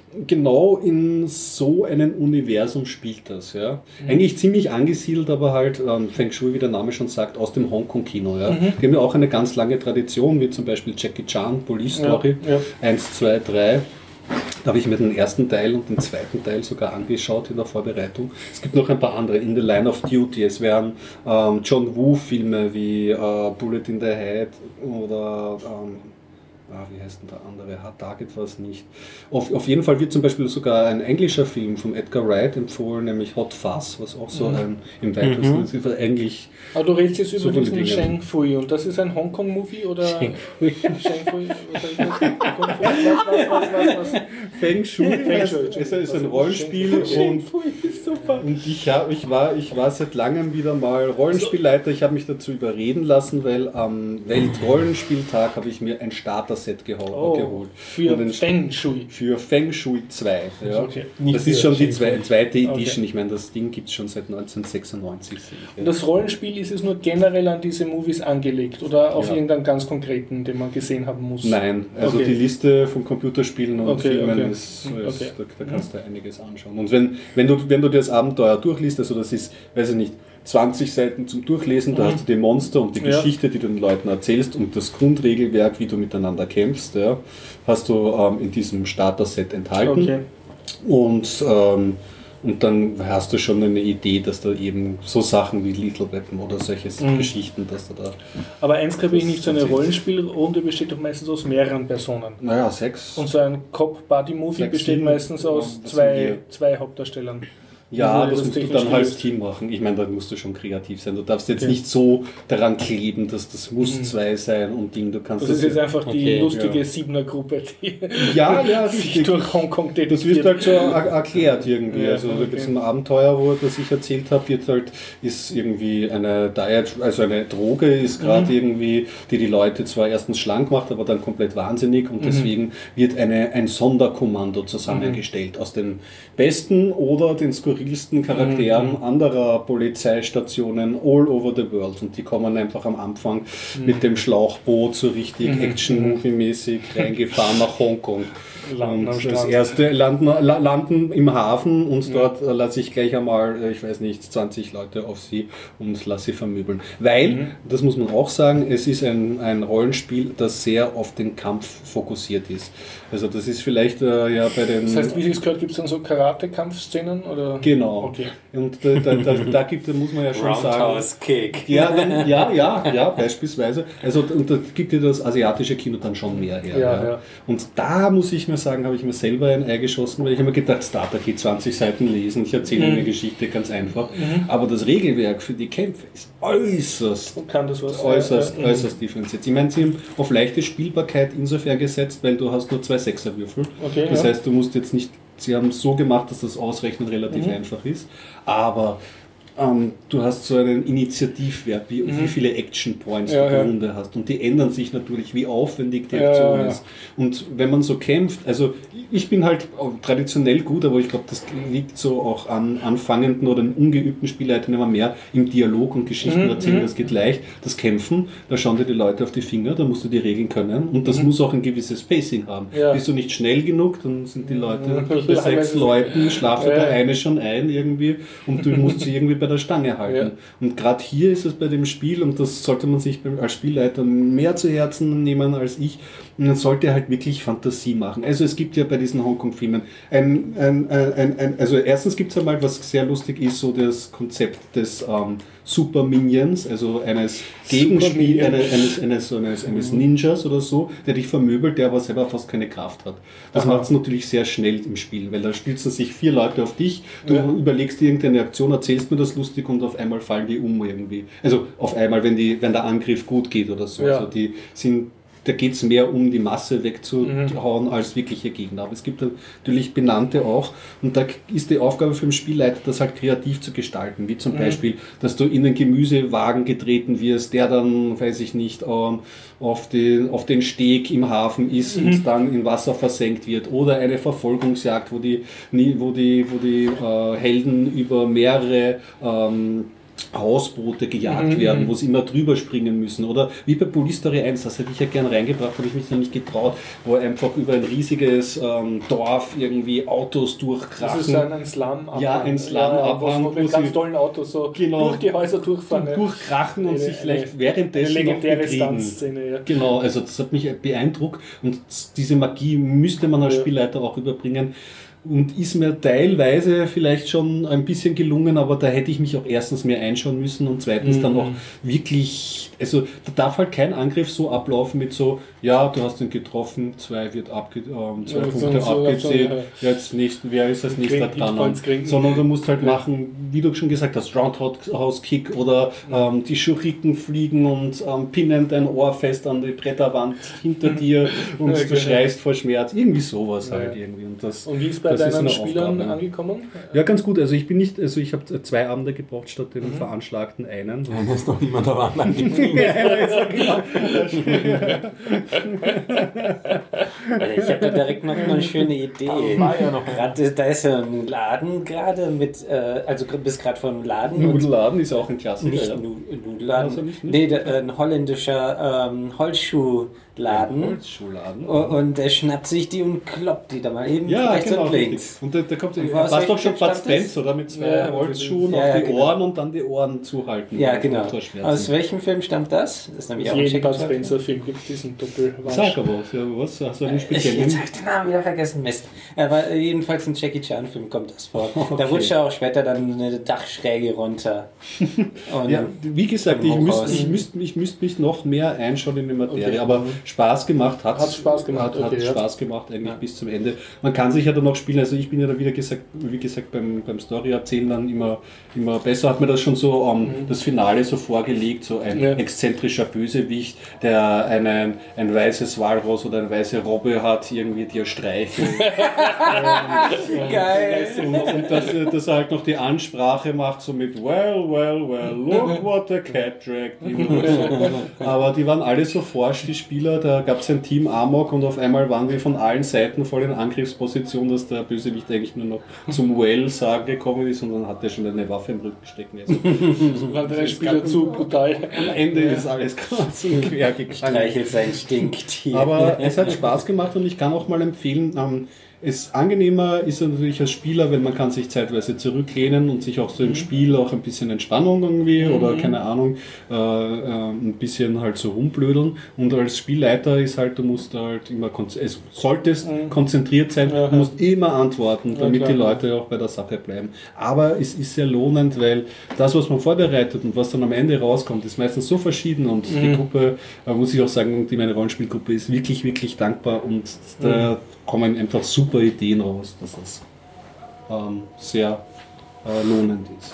Genau in so einem Universum spielt das. Ja. Mhm. Eigentlich ziemlich angesiedelt, aber halt, ähm, Feng Shui, wie der Name schon sagt, aus dem Hongkong-Kino. Ja. Mhm. Die haben ja auch eine ganz lange Tradition, wie zum Beispiel Jackie Chan, Police Story, ja, ja. eins, zwei, drei. Da habe ich mir den ersten Teil und den zweiten Teil sogar angeschaut in der Vorbereitung. Es gibt noch ein paar andere, In the Line of Duty. Es wären ähm, John Woo-Filme wie äh, Bullet in the Head oder ähm, ah, wie heißt denn der andere? Hard Target war es nicht. Auf, auf jeden Fall wird zum Beispiel sogar ein englischer Film von Edgar Wright empfohlen, nämlich Hot Fuzz, was auch so ein, im weitesten, Mhm. das ist eigentlich... Aber du redest jetzt So über viele diesen Dinge. Shang Fui und das ist ein Hongkong-Movie oder? Shang Fui. Shang Fui? Was soll ich das? Was, was, was, was, was? Feng Shui, Feng Shui, es ist ein was- Rollenspiel Shang und, Fui ist super. und ich, hab, ich, war, ich war seit langem wieder mal Rollenspielleiter. Ich habe mich dazu überreden lassen, weil am Weltrollenspieltag habe ich mir ein Starter-Set geho Oh, geholt. für Und den- Feng Shui. Für Feng Shui zwei. Ja. Okay. Nicht Das ist für schon die Shang zwei, Fui. zweite Edition. Okay. Ich meine, das Ding gibt es schon seit neunzehnhundertsechsundneunzig. Und das Rollenspiel ist es nur generell an diese Movies angelegt oder auf Ja. irgendeinen ganz konkreten, den man gesehen haben muss? Nein, also Okay. die Liste von Computerspielen und Okay, Filmen okay. ist, ist Okay. da, da kannst du einiges anschauen. Und wenn, wenn, du, wenn du dir das Abenteuer durchliest, also das ist, weiß ich nicht, zwanzig Seiten zum Durchlesen, da Mhm. hast du die Monster und die Ja. Geschichte, die du den Leuten erzählst und das Grundregelwerk, wie du miteinander kämpfst, ja, hast du ähm, in diesem Starter-Set enthalten. Okay. Und, ähm, und dann hast du schon eine Idee, dass da eben so Sachen wie Lethal Weapon oder solche Mhm. Geschichten, dass du da, Aber eins glaube ich Das- nicht, so eine das ist- Rollenspielrunde besteht doch meistens aus mehreren Personen. naja, sechs. Und so ein Cop-Buddy-Movie Sechs, besteht sieben, meistens aus ja, das zwei, sind wir. zwei Hauptdarstellern. Ja, Wie das das musst du technisch dann halt gelöst? Team machen. Ich meine, da musst du schon kreativ sein. Du darfst jetzt Okay. nicht so daran kleben, dass das muss Mhm. zwei sein und Ding. Du kannst Das ist jetzt einfach die Okay, lustige ja. Siebener-Gruppe, die Ja, ja, sich richtig. durch Hongkong Das wird dediziert. halt so er erklärt irgendwie. Ja, also da okay. gibt es ein Abenteuer, wo das ich erzählt habe, wird halt, ist irgendwie eine Diet, also eine Droge ist gerade Mhm. irgendwie, die die Leute zwar erstens schlank macht, aber dann komplett wahnsinnig und Mhm. deswegen wird eine, ein Sonderkommando zusammengestellt aus den besten oder den skurrilsten Charakteren Mhm. anderer Polizeistationen all over the world und die kommen einfach am Anfang mit dem Schlauchboot so richtig Mhm. Action-Movie-mäßig reingefahren nach Hongkong. Landen am Und das Strand. erste landen, la- landen im Hafen und Ja. dort äh, lasse ich gleich einmal, äh, ich weiß nicht, zwanzig Leute auf sie und lasse sie vermöbeln. Weil, Mhm. das muss man auch sagen, es ist ein, ein Rollenspiel, das sehr auf den Kampf fokussiert ist. Also das ist vielleicht äh, ja bei den... Das heißt, wie es gehört, gibt es dann so Karate-Kampfszenen? Oder? Genau. Okay. Und da, da, da, da, gibt, da muss man ja schon sagen... Roundhouse Kick. Ja, dann, ja, ja, ja, beispielsweise. Also und da gibt dir das asiatische Kino dann schon mehr her. Ja, ja. Und da muss ich mir sagen, habe ich mir selber ein Ei geschossen, weil ich habe mir gedacht, Starter Kit zwanzig Seiten lesen, ich erzähle Mhm. eine Geschichte ganz einfach. Mhm. Aber das Regelwerk für die Kämpfe ist äußerst, Und kann das was? äußerst, äh, äh, äußerst differenziert. Ich meine, sie haben auf leichte Spielbarkeit insofern gesetzt, weil du hast nur zwei Sechserwürfel. Okay, Das ja. heißt, du musst jetzt nicht, sie haben es so gemacht, dass das Ausrechnen relativ Mhm. einfach ist, aber ähm, du hast so einen Initiativwert, wie, Mhm. wie viele Action Points Ja, du ja. pro Runde hast und die ändern sich natürlich, wie aufwendig die Ja, Aktion ja, ja. ist. Und wenn man so kämpft, also ich bin halt traditionell gut, aber ich glaube, das liegt so auch an anfangenden oder ungeübten Spielleitern immer mehr im Dialog und Geschichten Mhm, erzählen. mhm. Das geht leicht. Das Kämpfen, da schauen dir die Leute auf die Finger, da musst du die Regeln können und das Mhm. muss auch ein gewisses Pacing haben. Ja. Bist du nicht schnell genug, dann sind die Leute Mhm. bei Ja, sechs weil- Leuten, schlafen Ja. der eine schon ein irgendwie und du musst sie irgendwie bei der Stange halten. Ja. Und gerade hier ist es bei dem Spiel, und das sollte man sich beim- als Spielleiter mehr zu Herzen nehmen als ich, man sollte halt wirklich Fantasie machen. Also es gibt ja bei diesen Hongkong-Filmen ein, ein, ein, ein, ein also erstens gibt es einmal, was sehr lustig ist, so das Konzept des ähm, Super Minions, also eines Gegenspiel, Minion. eine, eines, eines, so eines, eines Ninjas oder so, der dich vermöbelt, der aber selber fast keine Kraft hat. Das Aha. macht es natürlich sehr schnell im Spiel, weil da stürzen sich vier Leute auf dich, du Ja. überlegst dir irgendeine Aktion, erzählst mir das lustig und auf einmal fallen die um irgendwie. Also auf einmal, wenn, die, wenn der Angriff gut geht oder so. Ja. Also die sind, da geht es mehr um die Masse wegzuhauen als wirkliche Gegner. Aber es gibt natürlich Benannte auch und da ist die Aufgabe für den Spielleiter, das halt kreativ zu gestalten. Wie zum Mhm. Beispiel, dass du in den Gemüsewagen getreten wirst, der dann, weiß ich nicht, ähm, auf den, auf den Steg im Hafen ist Mhm. und dann in Wasser versenkt wird. Oder eine Verfolgungsjagd, wo die, nie- wo die, wo die äh, Helden über mehrere ähm, Hausboote gejagt Mhm. werden, wo sie immer drüber springen müssen. Oder wie bei Police Story eins, das hätte ich ja gern reingebracht, habe ich mich noch nicht getraut, wo einfach über ein riesiges ähm, Dorf irgendwie Autos Das durchkrachen. ist ein, ein Slum. Ja, ein Slum-Abhang, wo wo mit ganz sie- tollen Autos so Genau. durch die Häuser durchfahren. ja. durchkrachen und Eine- sich vielleicht eine- währenddessen Eine noch legendäre bekriegen. Stuntszene, ja. Genau, also das hat mich beeindruckt und diese Magie müsste man als Ja. Spielleiter auch überbringen. und ist mir teilweise vielleicht schon ein bisschen gelungen, aber da hätte ich mich auch erstens mehr einschauen müssen und zweitens mhm. dann auch wirklich, also da darf halt kein Angriff so ablaufen mit so, ja, du hast ihn getroffen, zwei wird abge, ähm, zwei ja, Punkte abgezählt, ja. jetzt nicht, wer ist als nächster dran, sondern du musst halt machen, wie du schon gesagt hast, Roundhouse-Kick oder ähm, die Schuriken fliegen und ähm, pinnen dein Ohr fest an die Bretterwand hinter dir und ja, du schreist vor Schmerz, irgendwie sowas ja. halt irgendwie. Und, das, und wie ist bei deinen Spielern Aufgabe. angekommen? Ja, ganz gut, also ich bin nicht, also ich habe zwei Abende gebraucht statt den mhm. veranschlagten einen. Ja, ist noch niemand da war. Ich habe da direkt noch eine schöne Idee. War ja noch grad, da ist ja ein Laden gerade mit, äh, also bist gerade von Laden. Nudelladen ist auch ein Klassiker. Nicht ja. Nudelladen. Also nicht, nicht? Nee, der, ein holländischer ähm, Holzschuhladen. Holzschuhladen. Und der schnappt sich die und kloppt die da mal eben ja, rechts genau, und links. Und da, da kommt du warst doch schon Bud Spencer, oder? Mit zwei ja, Holzschuhen ja, auf die genau. Ohren und dann die Ohren zuhalten. Ja, genau. Aus welchem Film stammt das? Das ist nämlich auch ein Bud Spencer Film gibt es diesen Doppelwasch. Sag aber was, ja, was? Hast du einen speziellen? Jetzt habe ich den Namen wieder vergessen, Mist. Aber jedenfalls in Jackie Chan Film kommt das vor. Okay. Da rutscht ja auch später dann eine Dachschräge runter. ja, wie gesagt, ich müsste ich müsst, ich müsst mich noch mehr einschauen in die Materie, okay. aber Spaß gemacht hat es. Spaß gemacht, hat, okay, hat ja. Spaß gemacht eigentlich ja. bis zum Ende. Man kann sich ja dann noch spielen, also ich bin ja da wieder gesagt, wie gesagt beim, beim Story erzählen dann immer, immer besser, hat mir das schon so um, mhm. das Finale so vorgelegt, so ein ja. exzentrischer Bösewicht, der einen, ein weißes Walross oder eine weiße Robbe hat, irgendwie die er streichelt. und, Geil! Und, und dass, dass er halt noch die Ansprache macht, so mit well, well, well, look what the cat dragged in. So. Aber die waren alle so forsch, die Spieler, da gab es ein Team Amok und auf einmal waren wir von allen Seiten voll in Angriffsposition, dass der Bösewicht eigentlich nur noch zum Well sagen gekommen ist und dann hat er schon eine Waffe im Rücken stecken. Also, das war der Spieler zu brutal. Am Ende ja. ist alles ganz quer gegangen. Streichelt sein Stinktier. Aber es hat Spaß gemacht und ich kann auch mal empfehlen, ähm, es angenehmer ist natürlich als Spieler, wenn man kann sich zeitweise zurücklehnen und sich auch so im mhm. Spiel auch ein bisschen Entspannung irgendwie mhm. oder keine Ahnung, äh, äh, ein bisschen halt so rumblödeln. Und als Spielleiter ist halt, du musst halt immer, konz- also solltest mhm. konzentriert sein, ja. du musst immer antworten, damit ja, die Leute auch bei der Sache bleiben. Aber es ist sehr lohnend, weil das, was man vorbereitet und was dann am Ende rauskommt, ist meistens so verschieden und mhm. die Gruppe, äh, muss ich auch sagen, die meine Rollenspielgruppe ist wirklich, wirklich dankbar und mhm. da kommen einfach super Ideen raus, dass das ähm, sehr äh, lohnend ist.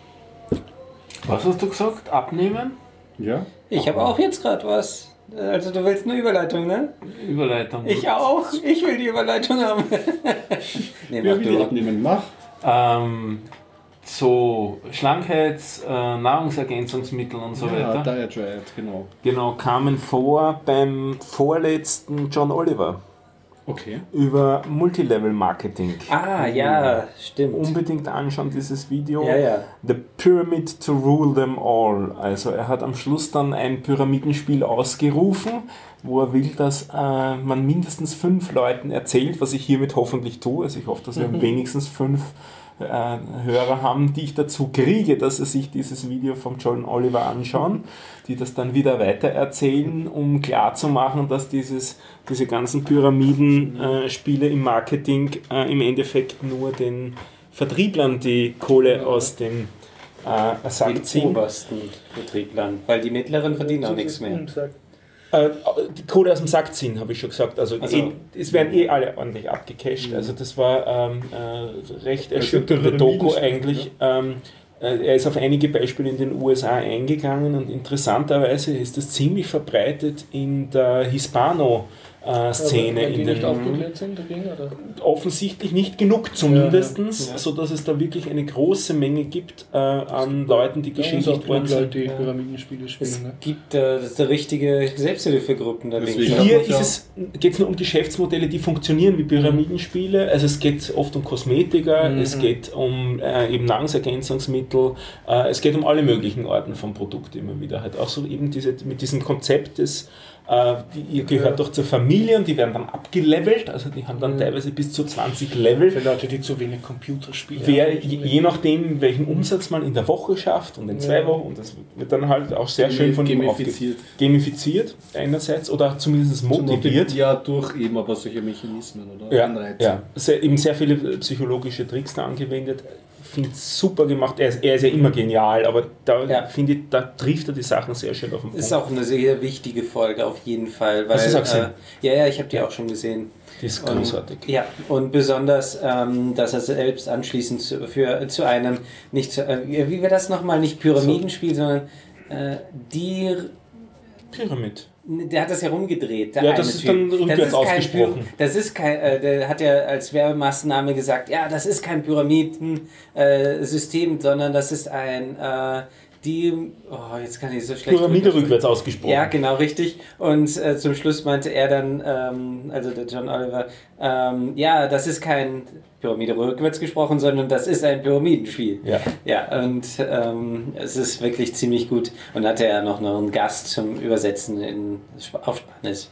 Was hast du gesagt? Abnehmen? Ja. Ich habe auch jetzt gerade was. Also du willst eine Überleitung, ne? Überleitung. Ich auch. Ich will die Überleitung haben. nee, mach will du. Abnehmen? Mach. Ähm, so Schlankheits-, äh, Nahrungsergänzungsmittel und so ja, weiter. Diet Riot, genau. Genau, kamen vor beim vorletzten John Oliver. Okay. Über Multilevel-Marketing. Ah, ja, stimmt. Unbedingt anschauen, dieses Video. Ja, ja. The Pyramid to Rule Them All. Also er hat am Schluss dann ein Pyramidenspiel ausgerufen, wo er will, dass äh, man mindestens fünf Leuten erzählt, was ich hiermit hoffentlich tue. Also ich hoffe, dass wir mhm. wenigstens fünf äh, Hörer haben, die ich dazu kriege, dass sie sich dieses Video von John Oliver anschauen, die das dann wieder weitererzählen, um klarzumachen, dass dieses, diese ganzen Pyramiden-Spiele äh, im Marketing äh, im Endeffekt nur den Vertrieblern die Kohle aus dem äh, Sack ziehen. Den obersten Vertrieblern, weil die mittleren verdienen auch nichts mehr. Äh, die Kohle aus dem Sack ziehen, habe ich schon gesagt. Also, also eh, es werden eh alle ordentlich abgecasht. Mhm. Also das war ähm, äh, recht erschütternde Doku eigentlich. Ähm, äh, er ist auf einige Beispiele in den U S A eingegangen und interessanterweise ist das ziemlich verbreitet in der Hispano- Äh, Szene aber, in die den nicht aufgeklärt sind dagegen, oder? Offensichtlich nicht genug zumindest, ja, ja. Ja. sodass es da wirklich eine große Menge gibt äh, an Leuten, die geschädigt worden sind. Die Pyramidenspiele spielen. Es ne? gibt äh, das ist der richtige Selbsthilfegruppen da links. Hier geht es nur um Geschäftsmodelle, die funktionieren wie Pyramidenspiele. Also es geht oft um Kosmetika, mhm. es geht um äh, eben Nahrungsergänzungsmittel, äh, es geht um alle möglichen Arten von Produkten immer wieder. Halt auch so eben diese, mit diesem Konzept des Äh, die, ihr gehört doch zur Familie und die werden dann abgelevelt, also die haben dann teilweise bis zu zwanzig Level. Für Leute, die zu wenig Computerspiele Wer, haben. je, je nachdem, welchen Umsatz man in der Woche schafft und in zwei Ja. Wochen, und das wird dann halt auch sehr schön von ihm Gamifiziert. aufge- gamifiziert einerseits oder zumindest motiviert. Ja, durch eben aber solche Mechanismen oder Ja, Anreize. ja. Sehr, eben sehr viele psychologische Tricks da angewendet. Finde es super gemacht. Er ist, er ist ja immer genial, aber da Ja. finde ich, da trifft er die Sachen sehr schön auf den Punkt. Ist auch eine sehr wichtige Folge auf jeden Fall. Weil, Hast du's auch gesehen? Äh, ja, ja, ich habe die auch schon gesehen. Die ist Und, großartig. ja, und besonders, ähm, dass er selbst anschließend zu, für, zu einem, nicht zu, äh, wie wie wäre das nochmal, nicht Pyramidenspiel, sondern äh, die... Pyramid. Der hat das ja rumgedreht. Der Ja, eine das ist Typ. dann rückwärts das ist kein ausgesprochen. Py- Das ist kein, äh, der hat ja als Werbemaßnahme gesagt, ja, das ist kein Pyramidensystem, sondern das ist ein, äh, die, oh, jetzt kann ich so schlecht... Pyramide rückwärts ausgesprochen. Ja, genau, richtig. Und äh, zum Schluss meinte er dann, ähm, also der John Oliver, ähm, ja, das ist kein Pyramide rückwärts gesprochen, sondern das ist ein Pyramidenspiel. Ja. Ja, und ähm, es ist wirklich ziemlich gut. Und hatte er noch, noch einen Gast zum Übersetzen in, auf Spanisch.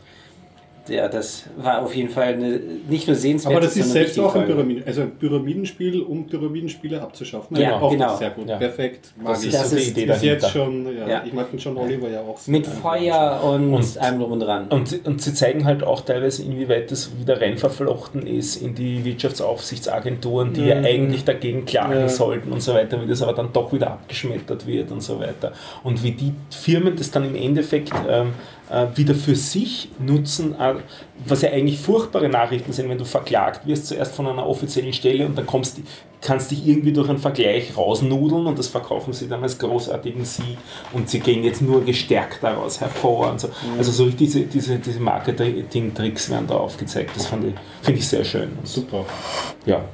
Ja, das war auf jeden Fall eine, nicht nur sehenswert, Aber das ist sondern selbst richtige auch ein, Folge. Pyramiden, also ein Pyramidenspiel, um Pyramidenspiele abzuschaffen. Ja, auch genau. sehr gut. Ja. Perfekt. Mag Das ich. ist Das so die ist- Idee Bis dahinter. jetzt schon, ja, Ja. ich mag den John Oliver ja auch sehr Mit gerne. Feuer und, Und- allem drum und dran. Und, sie- und sie zeigen halt auch teilweise, inwieweit das wieder rein verflochten ist in die Wirtschaftsaufsichtsagenturen, die ja Mhm. eigentlich dagegen klagen Ja. sollten und so weiter, wie das aber dann doch wieder abgeschmettert wird und so weiter. Und wie die Firmen das dann im Endeffekt ähm, äh, wieder für sich nutzen, äh, was ja eigentlich furchtbare Nachrichten sind, wenn du verklagt wirst, zuerst von einer offiziellen Stelle und dann kommst, kannst dich irgendwie durch einen Vergleich rausnudeln und das verkaufen sie dann als großartigen Sieg und sie gehen jetzt nur gestärkt daraus hervor und so. Also so diese, diese, diese Marketing-Tricks werden da aufgezeigt, das fand ich, finde ich sehr schön. Und Super. ja,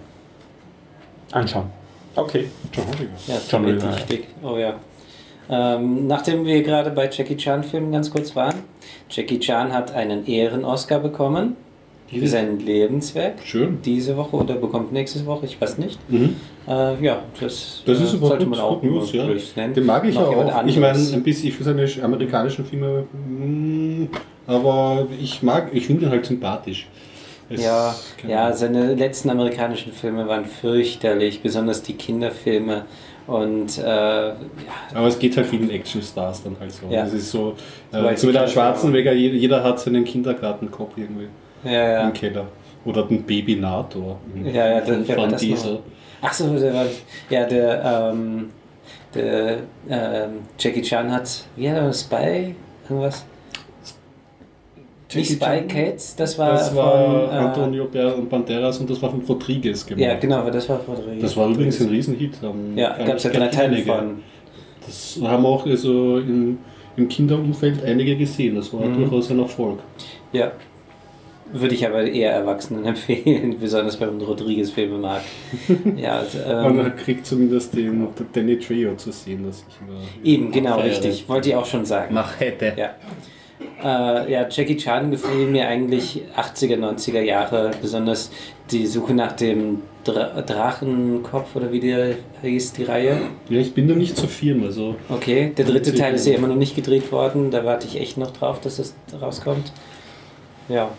anschauen. Okay. John Oliver. Ja, John richtig Oliver, ja. dick. Oh ja. Ähm, nachdem wir gerade bei Jackie Chan-Filmen ganz kurz waren, Jackie Chan hat einen Ehren-Oscar bekommen für sein Lebenswerk. Schön. Diese Woche oder bekommt nächste Woche, ich weiß nicht. Mhm. Äh, ja, das, Das äh, ist aber sollte gut, man auch gut News, ja. möglichst nennen. Den mag ich Noch ja jemand auch. Ich meine, anderes? ein bisschen, ich für seine amerikanischen Filme, mm, aber ich mag, ich finde ihn halt sympathisch. Es- Ja, keine ja, Ahnung. seine letzten amerikanischen Filme waren fürchterlich, besonders die Kinderfilme. Und äh, ja, Aber es geht halt vielen Actionstars dann halt so. Ja. Das ist so, Weil äh, sie so wie der keine- Schwarzenegger, jeder, jeder hat seinen Kindergartenkopf irgendwie ja, ja. im Keller. Oder den Babynator Ja, ja, von der- wer war Van das noch? Diesel. Ach so, der war, ja, der, ähm, der ähm, Jackie Chan hat, wie hat er das, Spy, irgendwas? Nicht Jackie Spy Chan? Kids, das war, Das war von, äh, Antonio Ber- Banderas und das war von Rodriguez gemacht. Ja, genau, aber das war von Rodriguez. Das war übrigens ein Riesenhit. haben Ja, eigentlich gab es ja drei ganz Teile einige. von. Das haben auch also im, im Kinderumfeld einige gesehen. Das war Mhm. durchaus ein Erfolg. Ja. Würde ich aber eher Erwachsenen empfehlen, besonders wenn man Rodriguez-Filme mag. Ja, also, ähm, Man kriegt zumindest den, den Danny Trejo zu sehen, das ich immer eben, genau, feiere. richtig. Wollte ich auch schon sagen. Mach hätte. Ja. Äh, ja, Jackie Chan gefiel mir eigentlich achtziger, neunziger Jahre, besonders die Suche nach dem Dra Drachenkopf oder wie die hieß, die Reihe. Ja, ich bin da nicht so firm. Also Okay, der dritte Teil ist ja immer noch nicht gedreht worden, da warte ich echt noch drauf, dass das rauskommt. Ja.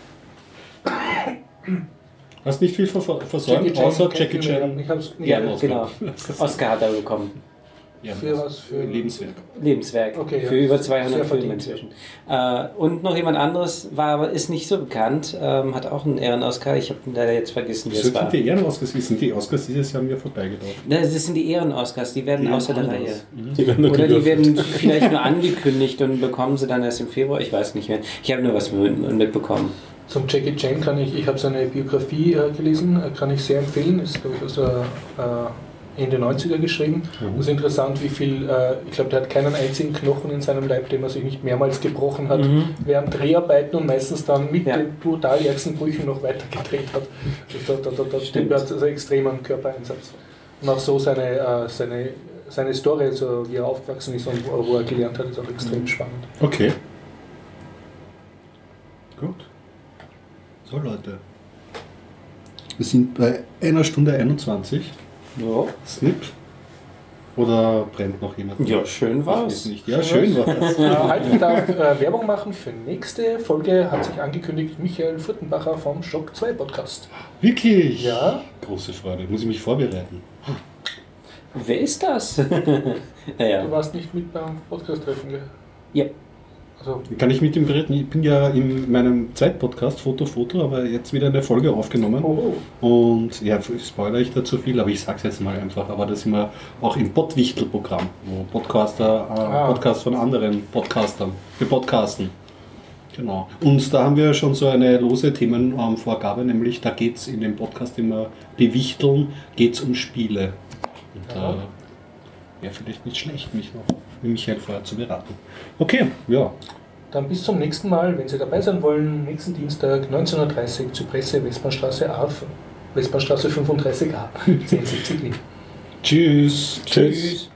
hast nicht viel ver versäumt, außer Jackie Chan. Ich hab's nicht Ja, Oscar. genau. Oscar hat er bekommen. Ja, Für was? Für Lebenswerk. Lebenswerk. Okay, ja. Für über Sehr zweihundert Filme verdient, inzwischen. Äh, und noch jemand anderes, war aber ist nicht so bekannt, ähm, hat auch einen Ehren-Oscar. Ich habe leider jetzt vergessen, wer Wieso es war. sind die Ehren-Oscars? Sind die Oscars dieses Jahr mir vorbeigelaufen? Ne, das sind die Ehren-Oscars, die werden Die außer der anders. Reihe. Die werden nur Oder die gewürfelt. werden vielleicht nur angekündigt und bekommen sie dann erst im Februar. Ich weiß nicht mehr. Ich habe nur was mit- mitbekommen. Zum Jackie Chan kann ich, ich habe seine Biografie äh, gelesen, äh, kann ich sehr empfehlen. Ist, glaube ich, aus der äh, Ende neunziger geschrieben. Mhm. Es ist interessant, wie viel, äh, ich glaube, der hat keinen einzigen Knochen in seinem Leib, den er sich nicht mehrmals gebrochen hat, Mhm. während Dreharbeiten und meistens dann mit Ja. den brutal ärgsten Brüchen noch weiter gedreht hat. Da, da, da, da Stimmt. hat also extremen Körpereinsatz. Und auch so seine, äh, seine, seine Story, also wie er aufgewachsen ist und wo, wo er gelernt hat, ist auch extrem spannend. Okay. Gut. So Leute. Wir sind bei einer Stunde einundzwanzig. Ja. Snip. Oder brennt noch jemand? Ja, schön Ich war's. weiß nicht. Ja, schön war's. Äh, halt, ich darf äh, Werbung machen für nächste Folge, hat sich angekündigt, Michael Furtenbacher vom Shock zwei Podcast. Wirklich? Ja. Große Freude. Muss ich mich vorbereiten. Wer ist das? naja. Du warst nicht mit beim Podcast-Treffen, gell? Ja. Also, Kann ich mit ihm bereden? Ich bin ja in meinem Zweitpodcast, Foto, Foto, aber jetzt wieder eine Folge aufgenommen. oh, Und ja, spoilere ich da zu viel, aber ich sag's jetzt mal einfach. Aber da sind wir auch im Pottwichtel-Programm, wo Podcaster, äh, Ah. Podcasts von anderen Podcastern, wir podcasten. Genau. Und da haben wir schon so eine lose Themenvorgabe, nämlich da geht's in dem Podcast immer, die Wichteln, geht's um Spiele. Und da wäre vielleicht nicht schlecht, mich noch mit Michael vorher zu beraten. Okay, ja. dann bis zum nächsten Mal, wenn Sie dabei sein wollen, nächsten Dienstag neunzehn Uhr dreißig zur Presse, Westbahnstraße A, Westbahnstraße fünfunddreißig a, zehn siebzig Wien. Tschüss. Tschüss.